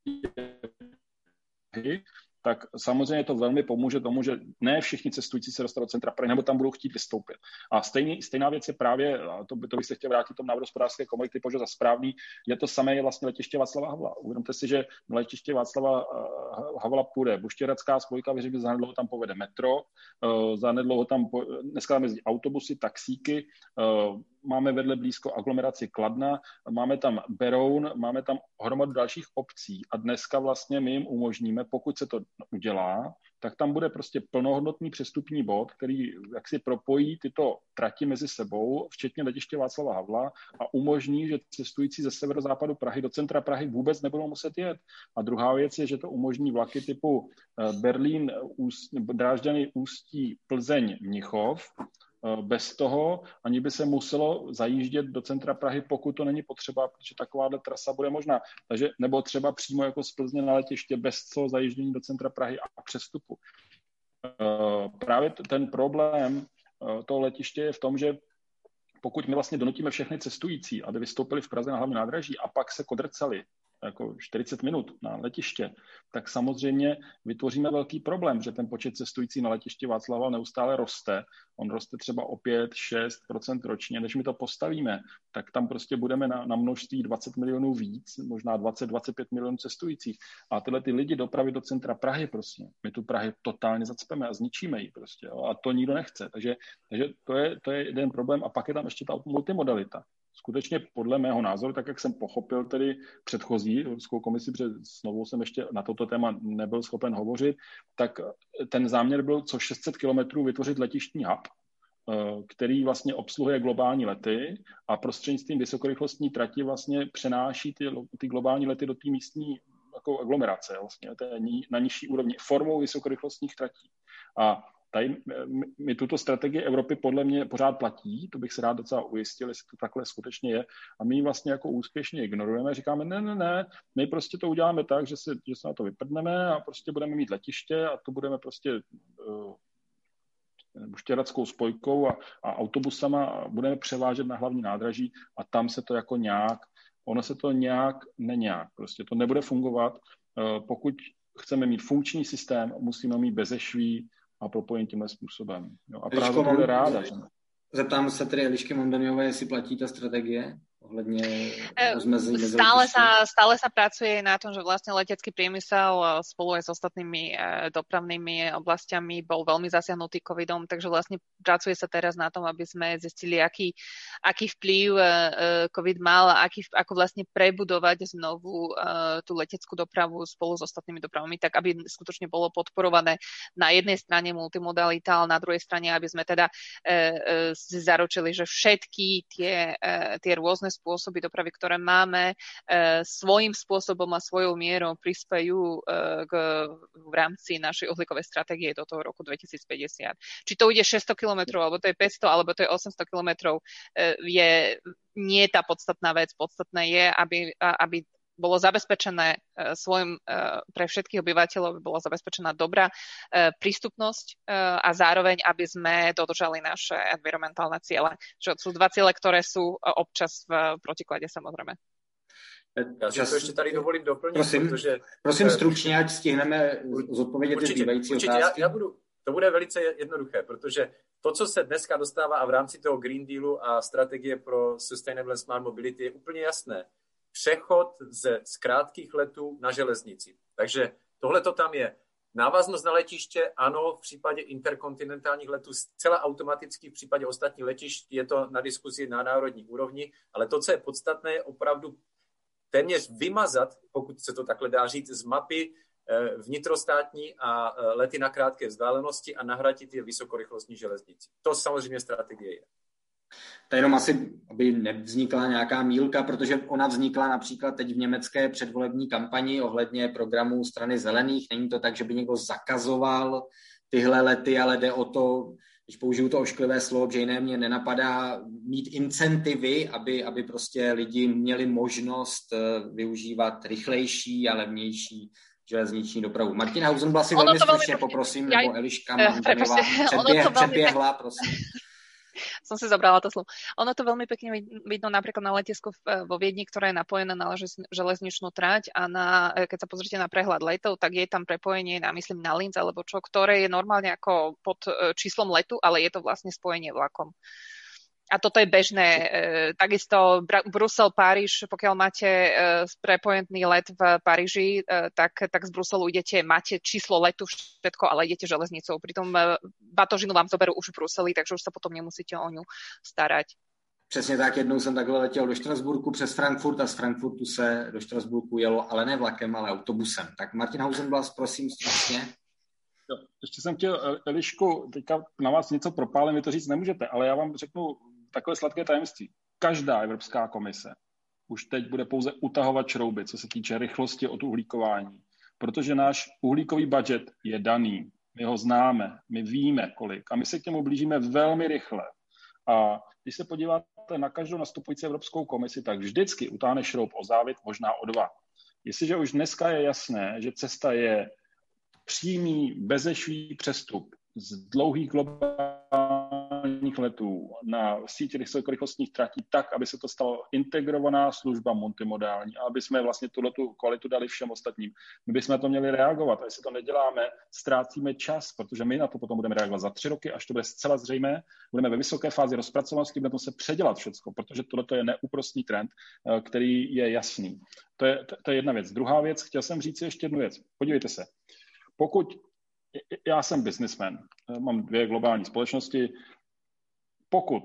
tak samozřejmě to velmi pomůže tomu, že ne všichni cestující se dostanou do centra Prahy, nebo tam budou chtít vystoupit. A stejný, stejná věc je právě, a to, to bych se chtěl vrátit tomu návrhu hospodářské komunity, považuji za správný, je to samé je vlastně letiště Václava Havla. Uvědomte si, že na letiště Václava Havla půjde buštěracká spojka, věřím, že zanedlouho tam povede metro, zanedlouho tam, po, dneska tam jezdí autobusy, taxíky, máme vedle blízko aglomeraci Kladna, máme tam Beroun, máme tam hromadu dalších obcí a dneska vlastně my jim umožníme, pokud se to udělá, tak tam bude prostě plnohodnotný přestupní bod, který jaksi propojí tyto trati mezi sebou, včetně letiště Václava Havla a umožní, že cestující ze severozápadu Prahy do centra Prahy vůbec nebudou muset jet. A druhá věc je, že to umožní vlaky typu Berlín, Drážďany, Ústí, Plzeň, Mnichov, bez toho, ani by se muselo zajíždět do centra Prahy, pokud to není potřeba, protože takováhle trasa bude možná. Takže, nebo třeba přímo jako z Plzně na letiště bez toho zajíždění do centra Prahy a přestupu. Právě ten problém toho letiště je v tom, že pokud my vlastně donutíme všechny cestující, aby vystoupili v Praze na hlavním nádraží a pak se kodrcali jako čtyřicet minut na letiště, tak samozřejmě vytvoříme velký problém, že ten počet cestující na letiště Václava neustále roste. On roste třeba o pět až šest procent ročně. Než my to postavíme, tak tam prostě budeme na, na množství dvacet milionů víc, možná dvacet až dvacet pět milionů cestujících. A tyhle ty lidi dopravit do centra Prahy prostě. My tu Prahy totálně zacpeme a zničíme ji prostě. Jo? A to nikdo nechce. Takže, takže to, je, to je jeden problém. A pak je tam ještě ta multimodalita. Skutečně podle mého názoru, tak jak jsem pochopil tedy předchozí Evropskou komisi, protože s novou jsem ještě na toto téma nebyl schopen hovořit, tak ten záměr byl co šest set kilometrů vytvořit letištní hub, který vlastně obsluhuje globální lety a prostřednictvím vysokorychlostní trati vlastně přenáší ty, ty globální lety do té místní jako aglomerace, vlastně, to je na nižší úrovni, formou vysokorychlostních tratí. A tady my tuto strategii Evropy podle mě pořád platí, to bych se rád docela ujistil, jestli to takhle skutečně je. A my ji vlastně jako úspěšně ignorujeme, říkáme, ne, ne, ne, my prostě to uděláme tak, že se, že se na to vyprdneme a prostě budeme mít letiště a to budeme prostě uh, buštěrackou spojkou a, a autobusama a budeme převážet na hlavní nádraží a tam se to jako nějak, ono se to nějak, neňák, prostě to nebude fungovat. Uh, pokud chceme mít funkční systém, musíme mít bezešví a propojení tímhle způsobem. Jo, a Praha to bude ráda. Že? Zeptám se tedy Elišky Mondaniové, jestli platí ta strategie ohledně rozmezení. Stále sa, stále sa pracuje na tom, že vlastne letecký priemysel spolu aj s ostatnými dopravnými oblastiami bol veľmi zasiahnutý covidom, takže vlastne pracuje sa teraz na tom, aby sme zistili, aký, aký vplyv covid mal, aký, ako vlastne prebudovať znovu tú leteckú dopravu spolu s ostatnými dopravami, tak aby skutočne bolo podporované na jednej strane multimodalita, ale na druhej strane, aby sme teda si zaručili, že všetky tie, tie rôzne spôsoby dopravy, ktoré máme, e, svojím spôsobom a svojou mierou prispejú e, k, v rámci našej uhlíkovej stratégie do toho roku dvetisícpäťdesiat. Či to ide šesťsto kilometrov, alebo to je päťsto, alebo to je osemsto kilometrov, e, je nie tá podstatná vec. Podstatné je, aby, aby bolo zabezpečené svojim pre všetkých obyvateľov, by bola zabezpečená dobrá prístupnosť a zároveň, aby sme dodržali naše environmentálne ciele. Čo sú dva ciele, ktoré sú občas v protiklade, samozrejme. Já si to ještě tady dovolím doplnit, prosím, protože... Prosím stručně, ať stihneme zodpovědět ty zbývající otázky. Já, já budu, to bude velice jednoduché, protože to, co se dneska dostává a v rámci toho Green Dealu a strategie pro Sustainable Smart Mobility je úplně jasné. přechod ze, z krátkých letů na železnici. Takže tohle to tam je. Návaznost na letiště, ano, v případě interkontinentálních letů zcela automaticky, v případě ostatních letišť je to na diskuzi na národní úrovni, ale to, co je podstatné, je opravdu téměř vymazat, pokud se to takhle dá říct, z mapy vnitrostátní a lety na krátké vzdálenosti a nahradit je vysokorychlostní železnici. To samozřejmě strategie je. To jenom asi, aby nevznikla nějaká mýlka, protože ona vznikla například teď v německé předvolební kampani ohledně programu Strany zelených. Není to tak, že by někdo zakazoval tyhle lety, ale jde o to, když použiju to ošklivé slovo, že jiné mě nenapadá, mít incentivy, aby, aby prostě lidi měli možnost využívat rychlejší a levnější železniční dopravu. Martina Hausenblas si velmi stručně poprosím, nebo Eliška Mantonová předběh, předběhla, prosím. Som si zobrala to slovo. Ono to veľmi pekne vidno napríklad na letisku vo Viedni, ktoré je napojené na železničnú trať a na, keď sa pozrite na prehľad letov, tak je tam prepojenie na, myslím, na Linz alebo čo, ktoré je normálne ako pod číslom letu, ale je to vlastne spojenie vlakom. A toto je bežné. Takisto Brusel, Páriž, pokiaľ máte prepojený let v Paríži, tak, tak z Bruselu idete, máte číslo letu, všetko, ale idete železnicou. Pritom batožinu vám zoberú už v Bruseli, takže už sa potom nemusíte o ňu starať. Přesně tak, jednou jsem takhle letěl do Štrasburku přes Frankfurt a z Frankfurtu se do Štrasburku jelo, ale ne vlakem, ale autobusem. Tak Martin Hausenblas, prosím, stručně. Jo, ještě jsem chtěl, Elišku, teďka na vás něco propálím, vy to říct nemůžete, ale já vám řeknu takové sladké tajemství. Každá Evropská komise už teď bude pouze utahovat šrouby, co se týče rychlosti od uhlíkování, protože náš uhlíkový budget je daný, my ho známe, my víme kolik a my se k němu blížíme velmi rychle. A když se podíváte na každou nastupující Evropskou komisi, tak vždycky utáhne šroub o závit, možná o dva. Jestliže už dneska je jasné, že cesta je přímý, bezešvý přestup z dlouhých globálních letů na síť vysokorychlostních tratí tak, aby se to stalo integrovaná služba multimodální a aby jsme vlastně tuhletu kvalitu dali všem ostatním. My bychom to měli reagovat a jestli to neděláme, ztrácíme čas, protože my na to potom budeme reagovat za tři roky, až to bude zcela zřejmé, budeme ve vysoké fázi rozpracovanosti, budeme se předělat všecko, protože tohle je neúprostný trend, který je jasný. To je, to je jedna věc. Druhá věc, chtěl jsem říct ještě jednu věc. Podívejte se. Pokud já jsem businessman, mám dvě globální společnosti, pokud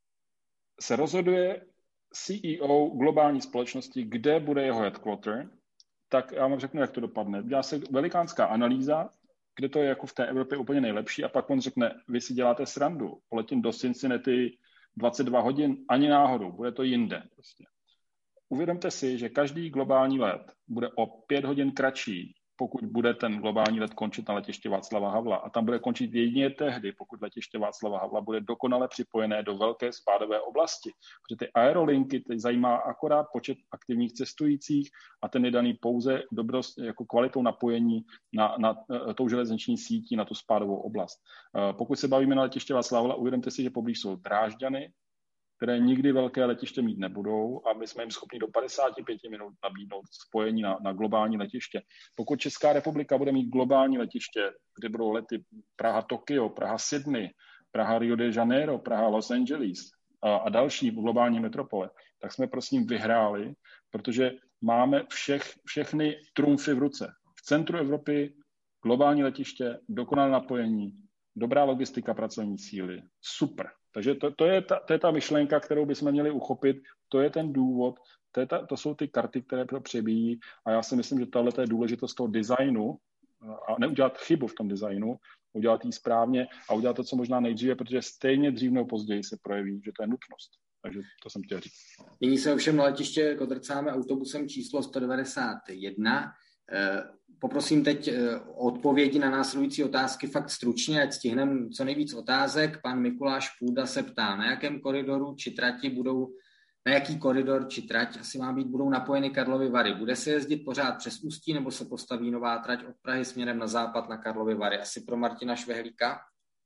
se rozhoduje C E O globální společnosti, kde bude jeho headquarter, tak já vám řeknu, jak to dopadne. Dělá se velikánská analýza, kde to je jako v té Evropě úplně nejlepší a pak on řekne, vy si děláte srandu, poletím do Cincinnati dvacet dva hodin, ani náhodou, bude to jinde. Prostě. Uvědomte si, že každý globální let bude o pět hodin kratší, pokud bude ten globální let končit na letiště Václava Havla. A tam bude končit jedině tehdy, pokud letiště Václava Havla bude dokonale připojené do velké spádové oblasti. Protože ty aerolinky teď zajímá akorát počet aktivních cestujících a ten je daný pouze dobrost, jako kvalitou napojení na, na tou železniční sítí, na tu spádovou oblast. Pokud se bavíme na letiště Václava Havla, uvědomte si, že poblíž jsou Drážďany, které nikdy velké letiště mít nebudou a my jsme jim schopni do padesát pět minut nabídnout spojení na, na globální letiště. Pokud Česká republika bude mít globální letiště, kde budou lety Praha-Tokio, Praha-Sydney, Praha-Rio de Janeiro, Praha-Los Angeles a, a další globální metropole, tak jsme prosím vyhráli, protože máme všech, všechny trumfy v ruce. V centru Evropy globální letiště, dokonalé napojení, dobrá logistika pracovní síly, super. Takže to, to, je ta, to je ta myšlenka, kterou bychom měli uchopit, to je ten důvod, to, je ta, to jsou ty karty, které to přebíjí a já si myslím, že tohle je důležitost toho designu a neudělat chybu v tom designu, udělat ji správně a udělat to, co možná nejdříve, protože stejně dřív nebo později se projeví, že to je nutnost. Takže to jsem chtěl říct. Nyní se ovšem na letiště kotrcáme autobusem číslo sto devadesát jedna. Poprosím teď o odpovědi na následující otázky fakt stručně, ať stihneme co nejvíc otázek. Pan Mikuláš Půda se ptá, na jakém koridoru či trati budou, na jaký koridor či trať asi má být, budou napojeny Karlovy Vary. Bude se jezdit pořád přes Ústí nebo se postaví nová trať od Prahy směrem na západ na Karlovy Vary? Asi pro Martina Švehlíka.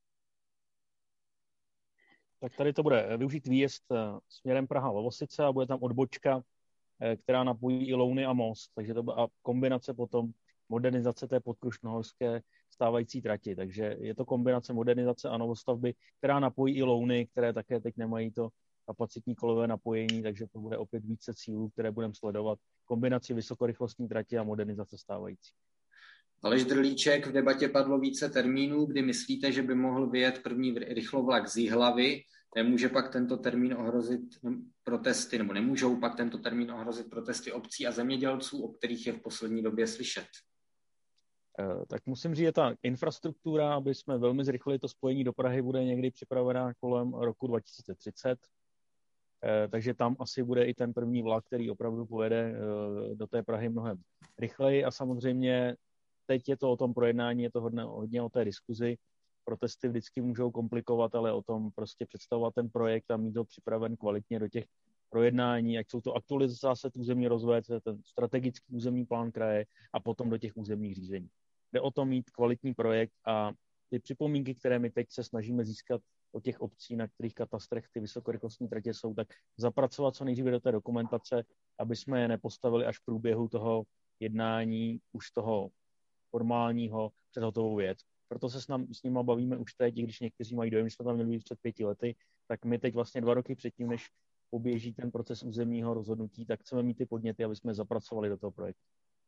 Tak tady to bude využít výjezd směrem Praha-Lovosice a bude tam odbočka, která napojí i Louny a Most. Takže to byla kombinace potom modernizace té podkrušnohorské stávající trati. Takže je to kombinace modernizace a novostavby, která napojí i Louny, které také teď nemají to kapacitní kolové napojení, takže to bude opět více cílů, které budeme sledovat, kombinaci vysokorychlostní trati a modernizace stávající. Aleš Drlíček, v debatě padlo více termínů, kdy myslíte, že by mohl vyjet první rychlovlak z Jihlavy. Nemůže pak tento termín ohrozit protesty, nebo nemůžou pak tento termín ohrozit protesty obcí a zemědělců, o kterých je v poslední době slyšet? Tak musím říct, že ta infrastruktura, aby jsme velmi zrychlili to spojení do Prahy, bude někdy připravená kolem roku dva tisíce třicet. Takže tam asi bude i ten první vlak, který opravdu povede do té Prahy mnohem rychleji. A samozřejmě teď je to o tom projednání, je to hodně, hodně o té diskuzi. Protesty vždycky můžou komplikovat, ale o tom prostě představovat ten projekt a mít ho připraven kvalitně do těch projednání, ať jsou to aktualizace zásad územní rozvoje, ten strategický územní plán kraje a potom do těch územních řízení. Jde o to mít kvalitní projekt a ty připomínky, které my teď se snažíme získat od těch obcí, na kterých katastrech ty vysokorychlostní tratě jsou, tak zapracovat co nejdříve do té dokumentace, aby jsme je nepostavili až v průběhu toho jednání, už toho formálního před hotovou věc. Proto se s, nám, s nima bavíme už teď, i když někteří mají dojem, že jsme tam měli být před pěti lety, tak my teď vlastně dva roky předtím, než poběží ten proces územního rozhodnutí, tak chceme mít ty podněty, aby jsme zapracovali do toho projektu.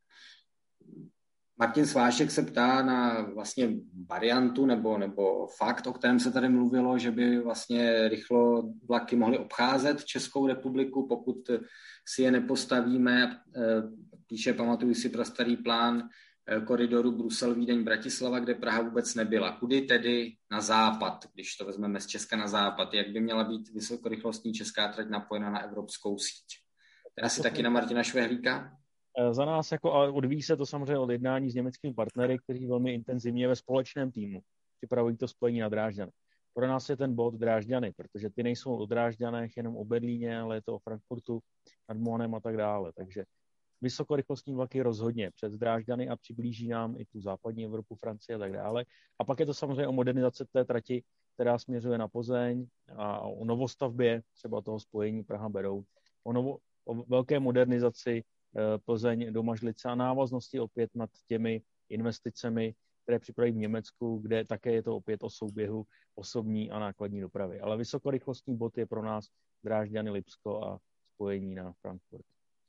Martin Svášek se ptá na vlastně variantu nebo, nebo fakt, o kterém se tady mluvilo, že by vlastně rychlo vlaky mohly obcházet Českou republiku, pokud si je nepostavíme. Píše, pamatuju si pro starý plán koridoru Brusel-Vídeň-Bratislava, kde Praha vůbec nebyla. Kudy tedy na západ, když to vezmeme z Česka na západ? Jak by měla být vysokorychlostní česká trať napojena na evropskou síť? To je asi taky na Martina Švehlíka? Za nás jako, ale odvíjí se to samozřejmě od jednání s německými partnery, kteří velmi intenzivně ve společném týmu připravují to spojení na Drážďany. Pro nás je ten bod Drážďany, protože ty nejsou o Drážďanech jenom o Berlíně, ale je to o Frankfurtu nad Mohanem a tak dále. Takže vysokorychlostní vlaky rozhodně přes Drážďany a přiblíží nám i tu západní Evropu, Francii a tak dále. A pak je to samozřejmě o modernizaci té trati, která směřuje na Plzeň a o novostavbě třeba toho spojení Praha-Beroun, o, novo, o velké modernizaci Plzeň do Mažlice a návaznosti opět nad těmi investicemi, které připraví v Německu, kde také je to opět o souběhu osobní a nákladní dopravy. Ale vysokorychlostní bod je pro nás Drážďany, Lipsko a spojení na Frankfurt.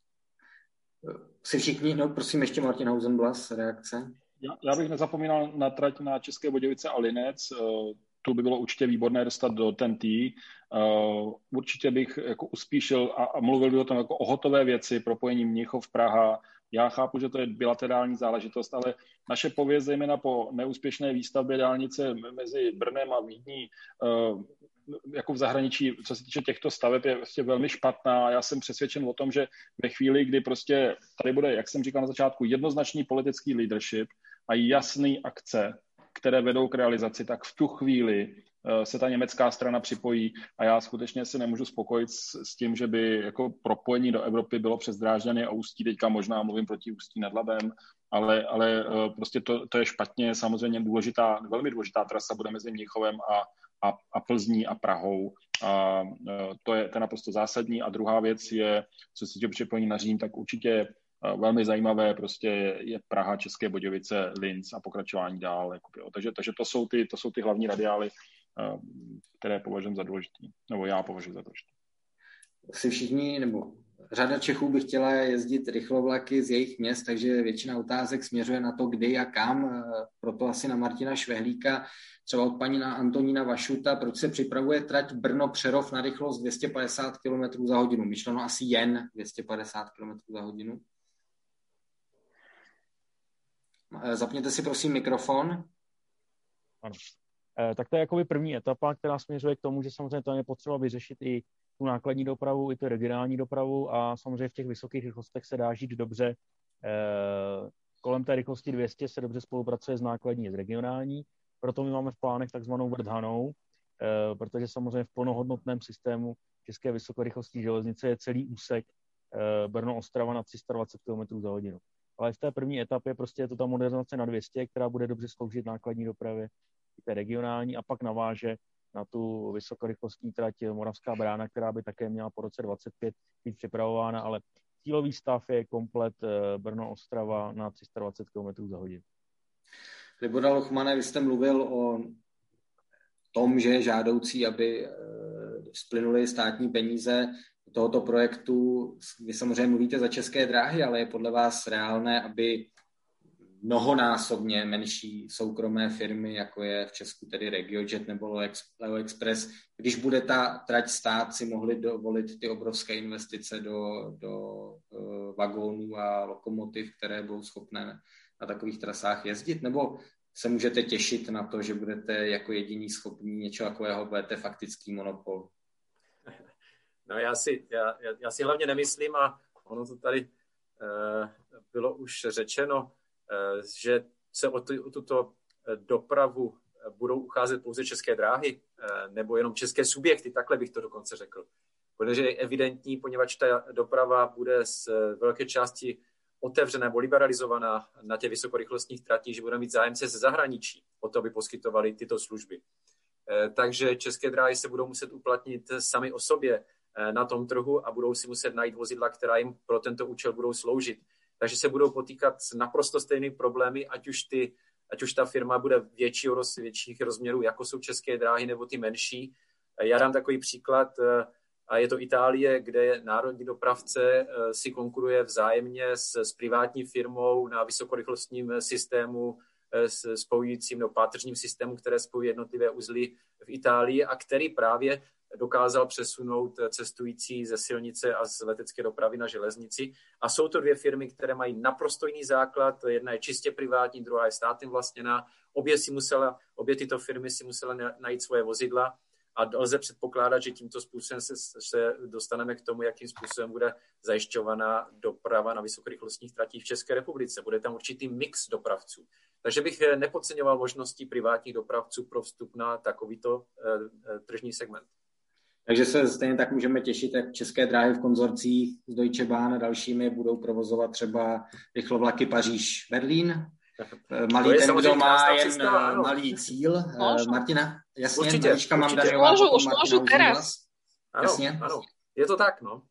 Si všichni, no prosím ještě Martin Hausenblas, reakce. Já, já bych nezapomínal na trať na České Budějovice a Linec. Tu by bylo určitě výborné dostat do ten T. Uh, určitě bych jako uspíšil a, a mluvil bych o tom jako o hotové věci, propojení Mnichov, Praha. Já chápu, že to je bilaterální záležitost, ale naše pověst, zejména po neúspěšné výstavbě dálnice mezi Brnem a Vídní, uh, jako v zahraničí, co se týče těchto staveb, je prostě velmi špatná. Já jsem přesvědčen o tom, že ve chvíli, kdy prostě tady bude, jak jsem říkal na začátku, jednoznačný politický leadership a jasný akce, které vedou k realizaci, tak v tu chvíli se ta německá strana připojí a já skutečně se nemůžu spokojit s, s tím, že by jako propojení do Evropy bylo přes Drážďany a Ústí, teďka možná mluvím proti Ústí nad Labem, ale, ale prostě to, to je špatně, samozřejmě důležitá, velmi důležitá trasa bude mezi Mnichovem a, a, a Plzní a Prahou a to je, to je naprosto zásadní a druhá věc je, co se týče připojení na Řím, tak určitě velmi zajímavé prostě je Praha, České Budějovice, Linz a pokračování dál. Jako, takže, takže to jsou ty, to jsou ty hlavní radiály, které považuji za důležitý, nebo já považuji za důležitý. Si všichni, nebo řada Čechů by chtěla jezdit rychlovlaky z jejich měst, takže většina otázek směřuje na to, kdy a kam, proto asi na Martina Švehlíka, třeba od paní Antonína Vašuta, proč se připravuje trať Brno-Přerov na rychlost dvě stě padesát kilometrů za hodinu, myšleno asi jen dvě stě padesát kilometrů za hodinu. Zapněte si prosím mikrofon. Ano. E, tak to je jakoby první etapa, která směřuje k tomu, že samozřejmě tam je potřeba vyřešit i tu nákladní dopravu, i tu regionální dopravu a samozřejmě v těch vysokých rychlostech se dá žít dobře. E, kolem té rychlosti dvě stě se dobře spolupracuje s nákladní, s regionální, proto my máme v plánech takzvanou vrthanou, e, protože samozřejmě v plnohodnotném systému české vysokorychlostní železnice je celý úsek e, Brno-Ostrava na tři sta dvacet kilometrů za hodinu. Ale v té první etapě prostě je to ta modernizace na dvě stě, která bude dobře sloužit nákladní dopravě, té regionální, a pak naváže na tu vysokorychlostní trať Moravská Brána, která by také měla po roce dvacet pět být připravována, ale cílový stav je komplet Brno-Ostrava na tři sta dvacet kilometrů za hodinu. Liboda Lochmane, vy jste mluvil o tom, že je žádoucí, aby splynuly státní peníze do tohoto projektu. Vy samozřejmě mluvíte za České dráhy, ale je podle vás reálné, aby mnohonásobně menší soukromé firmy, jako je v Česku tedy RegioJet nebo Leo Express, když bude ta trať stát, si mohli dovolit ty obrovské investice do, do uh, vagónů a lokomotiv, které budou schopné na takových trasách jezdit? Nebo se můžete těšit na to, že budete jako jediní schopní něčeho takového, budete faktický monopol? No já si, já, já si hlavně nemyslím, a ono to tady uh, bylo už řečeno, že se o, tu, o tuto dopravu budou ucházet pouze České dráhy nebo jenom české subjekty, takhle bych to dokonce řekl. Protože je evidentní, poněvadž ta doprava bude z velké části otevřená nebo liberalizovaná na těch vysokorychlostních tratích, že budeme mít zájemce ze zahraničí o to, aby poskytovali tyto služby. Takže České dráhy se budou muset uplatnit sami o sobě na tom trhu a budou si muset najít vozidla, která jim pro tento účel budou sloužit. Takže se budou potýkat s naprosto stejnými problémy, ať už, ty, ať už ta firma bude většího, větších rozměrů, jako jsou České dráhy, nebo ty menší. Já dám takový příklad, a je to Itálie, kde národní dopravce si konkuruje vzájemně s, s privátní firmou na vysokorychlostním systému, s spojujícím nebo pátržním systému, které spojí jednotlivé uzly v Itálii a který právě dokázal přesunout cestující ze silnice a z letecké dopravy na železnici. A jsou to dvě firmy, které mají naprosto jiný základ. Jedna je čistě privátní, druhá je státem vlastněná. Obě, si musela, obě tyto firmy si musela najít svoje vozidla a lze předpokládat, že tímto způsobem se, se dostaneme k tomu, jakým způsobem bude zajišťovaná doprava na vysokorychlostních tratích v České republice. Bude tam určitý mix dopravců. Takže bych nepodceňoval možnosti privátních dopravců pro vstup na takovýto eh, tržní segment. Takže se stejně tak můžeme těšit, jak České dráhy v konzorcích s Deutsche Bahn a dalšími budou provozovat třeba rychlovlaky Paříž-Berlín. Malý ten, kdo má jen představa, malý cíl. Můžu. Martina, jasně, určitě, Marička určitě. Mandařová. Můžu, už můžu teraz. Ano, jasně. Ano, je to tak, no.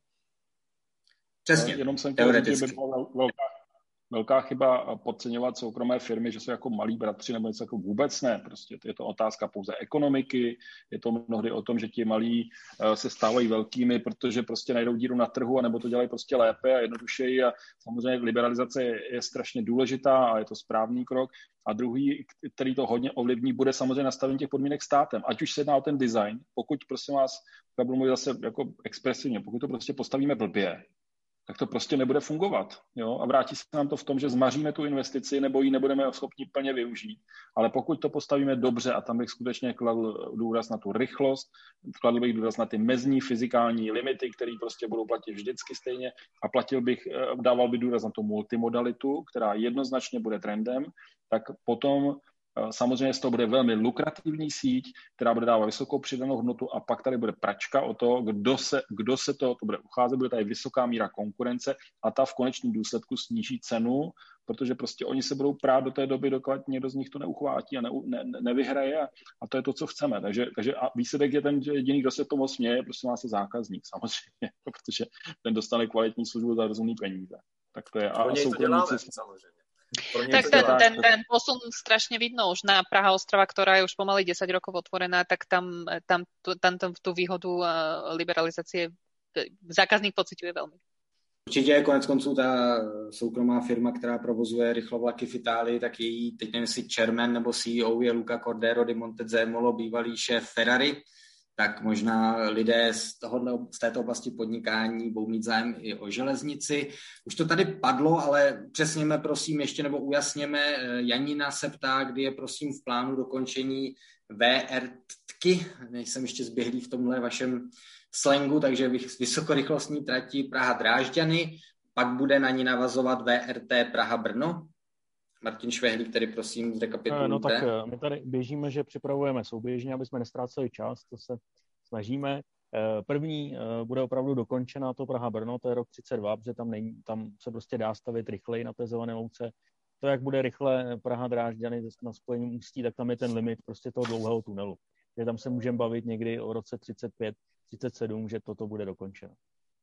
Přesně, jenom jsem chtěl říct, že by byla velká, velká chyba podceňovat soukromé firmy, že jsou jako malí bratři nebo něco jako vůbec ne. Prostě je to otázka pouze ekonomiky, je to mnohdy o tom, že ti malí se stávají velkými, protože prostě najdou díru na trhu a nebo to dělají prostě lépe a jednodušeji a samozřejmě liberalizace je, je strašně důležitá a je to správný krok. A druhý, který to hodně ovlivní, bude samozřejmě nastavení těch podmínek státem. Ať už se jedná o ten design, pokud prosím vás, já budu mluvit zase jako expresivně, pokud to prostě postavíme blbě, tak to prostě nebude fungovat. Jo? A vrátí se nám to v tom, že zmaříme tu investici nebo ji nebudeme schopni plně využít. Ale pokud to postavíme dobře, a tam bych skutečně kladl důraz na tu rychlost, kladl bych důraz na ty mezní fyzikální limity, které prostě budou platit vždycky stejně a platil bych, dával bych důraz na tu multimodalitu, která jednoznačně bude trendem, tak potom samozřejmě z toho bude velmi lukrativní síť, která bude dávat vysokou přidanou hodnotu a pak tady bude pračka o to, kdo se, kdo se to, to bude ucházet, bude tady vysoká míra konkurence a ta v konečném důsledku sníží cenu, protože prostě oni se budou prát do té doby, dokud někdo z nich to neuchvátí a ne, ne, nevyhraje a, a to je to, co chceme. Takže, takže a výsledek je ten, že jediný, kdo se tomu směje, prostě má se zákazník samozřejmě, protože ten dostane kvalitní službu za rozumný peníze. Tak to je. A, a soukromníci samozřejmě. Tak ten, ten, ten posun strašne vidno už na Praha-Ostrava, ktorá je už pomaly desať rokov otvorená, tak tam, tam, tam, tam tú výhodu liberalizácie zákazník pociťuje veľmi. Určitě je konec konců ta soukromá firma, která provozuje rychlovlaky v Itálii, tak její, teď nevím, jestli chairman nebo C E O je Luca Cordero di Montezemolo, bývalý šéf Ferrari, tak možná lidé z, tohohle, z této oblasti podnikání budou mít zájem i o železnici. Už to tady padlo, ale přesněme prosím ještě, nebo ujasněme, Janina se ptá, kdy je prosím v plánu dokončení V R T, nejsem ještě zběhlý v tomhle vašem slangu, takže vysokorychlostní trati Praha-Drážďany, pak bude na ní navazovat V R T Praha-Brno. Martin Švehlík, tedy prosím zrekapitulujte. No tak my tady běžíme, že připravujeme souběžně, aby jsme nestráceli čas, to se snažíme. První bude opravdu dokončena to Praha-Brno, to je rok třicet dva, protože tam, není, tam se prostě dá stavit rychleji na té zelené louce. To, jak bude rychle Praha-Drážďany na spojení Ústí, tak tam je ten limit prostě toho dlouhého tunelu. Že tam se můžeme bavit někdy o roce třicet pět třicet sedm, že toto bude dokončeno.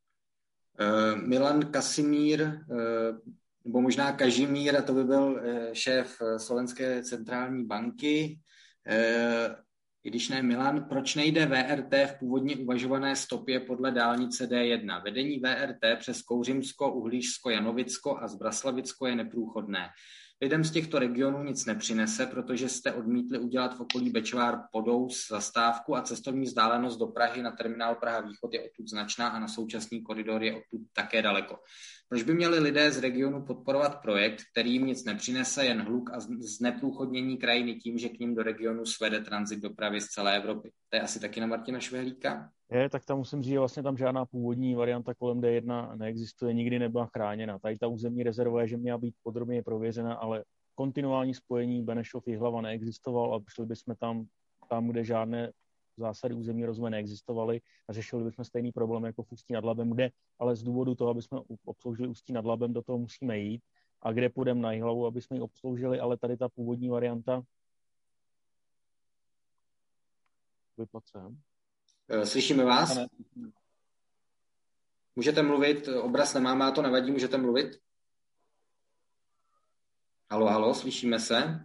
Uh, Milan Kasimír, uh, nebo možná Kažimír, a to by byl uh, šéf Slovenské centrální banky. Uh, I když ne Milan, proč nejde V R T v původně uvažované stopě podle dálnice D jedna? Vedení V R T přes Kouřimsko, Uhlířsko, Janovicko a Zbraslavicko je neprůchodné. Lidem z těchto regionů nic nepřinese, protože jste odmítli udělat v okolí Bečvár Podous zastávku a cestovní vzdálenost do Prahy na terminál Praha Východ je odtud značná a na současný koridor je odtud také daleko. Proč by měli lidé z regionu podporovat projekt, který jim nic nepřinese, jen hluk a zneprůchodnění krajiny tím, že k ním do regionu svede tranzit dopravy z celé Evropy? To je asi taky na Martina Švehlíka? Je, tak tam musím říct, že vlastně tam žádná původní varianta kolem D jedna neexistuje, nikdy nebyla chráněna. Tady ta územní rezerva je, že měla být podrobně prověřena, ale kontinuální spojení Benešov-Jihlava neexistoval a šli bychom tam, tam, kde žádné zásady územní rozvoje neexistovaly a řešili bychom stejný problém jako v Ústí nad Labem, kde ale z důvodu toho, aby jsme obsloužili Ústí nad Labem, do toho musíme jít a kde půjdeme na Jihlavu, aby jsme ji obsloužili, ale tady ta původní varianta vypadcem. Slyšíme vás? Můžete mluvit, obraz nemáme, a to nevadí, můžete mluvit? Halo, halo, slyšíme se?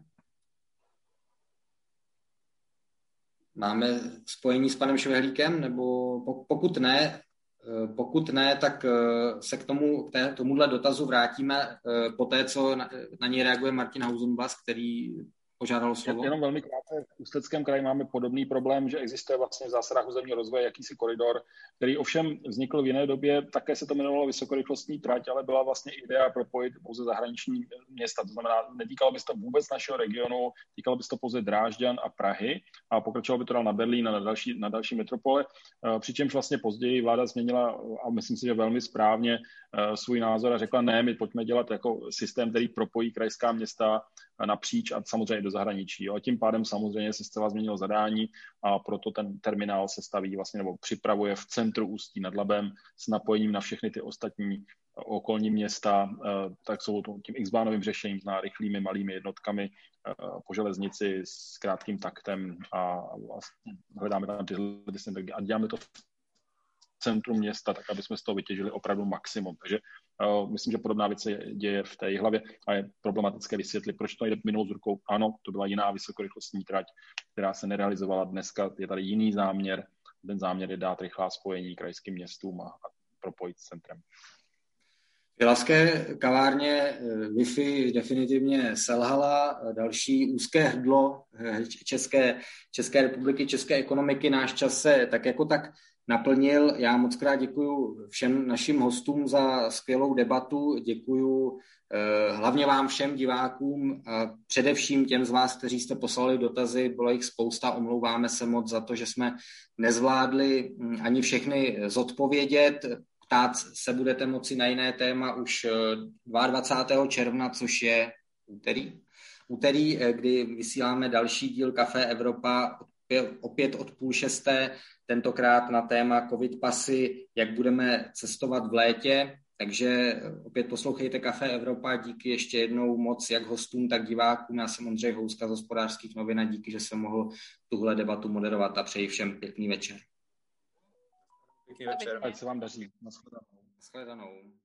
Máme spojení s panem Švehlíkem, nebo pokud ne, pokud ne, tak se k tomu, k tomuhle dotazu vrátíme po té, co na, na něj reaguje Martin Hausenblas, který požádal slovo. Jenom velmi krátce, v Ústeckém kraji máme podobný problém, že existuje vlastně v zásadách územního rozvoje jakýsi koridor, který ovšem vznikl v jiné době, také se to jmenovalo vysokorychlostní trať, ale byla vlastně idea propojit pouze zahraniční města. To znamená, netýkalo by se to vůbec našeho regionu, týkalo by se to pouze Drážďan a Prahy a pokračovalo by to dál na Berlín a na další, na další metropole, přičemž vlastně později vláda změnila, a myslím si, že velmi správně, svůj názor a řekla, ne, my pojďme dělat jako systém, který propojí krajská města napříč a samozřejmě do zahraničí. Jo. A tím pádem samozřejmě se zcela změnilo zadání a proto ten terminál se staví vlastně nebo připravuje v centru Ústí nad Labem s napojením na všechny ty ostatní okolní města, tak jsou tím X-bánovým řešením s rychlými malými jednotkami po železnici s krátkým taktem a vlastně hledáme tam tyhle a děláme to v centrum města, tak aby jsme z toho vytěžili opravdu maximum. Takže uh, myslím, že podobná věc se děje v té Jihlavě a je problematické vysvětlit, proč to jde minulo z rukou. Ano, to byla jiná vysokorychlostní trať, která se nerealizovala. Dneska je tady jiný záměr. Ten záměr je dát rychlá spojení krajským městům a, a propojit s centrem. V jihlavské kavárně Wi-Fi definitivně selhala. Další úzké hrdlo České, České republiky, české ekonomiky náš čas se tak jako tak naplnil. Já moc krát děkuju všem našim hostům za skvělou debatu. Děkuju eh, hlavně vám všem divákům, a především těm z vás, kteří jste poslali dotazy. Bylo jich spousta, omlouváme se moc za to, že jsme nezvládli ani všechny zodpovědět. Ptát se budete moci na jiné téma už dvacátého druhého června, což je úterý. Úterý, kdy vysíláme další díl Café Evropa, opět od půl šesté, tentokrát na téma covid pasy, jak budeme cestovat v létě. Takže opět poslouchejte Café Evropa. Díky ještě jednou moc jak hostům, tak divákům. Já jsem Ondřej Houska z Hospodářských novin a díky, že jsem mohl tuhle debatu moderovat a přeji všem pěkný večer. Pěkný večer. Ať se vám daří. Nashledanou. Nashledanou.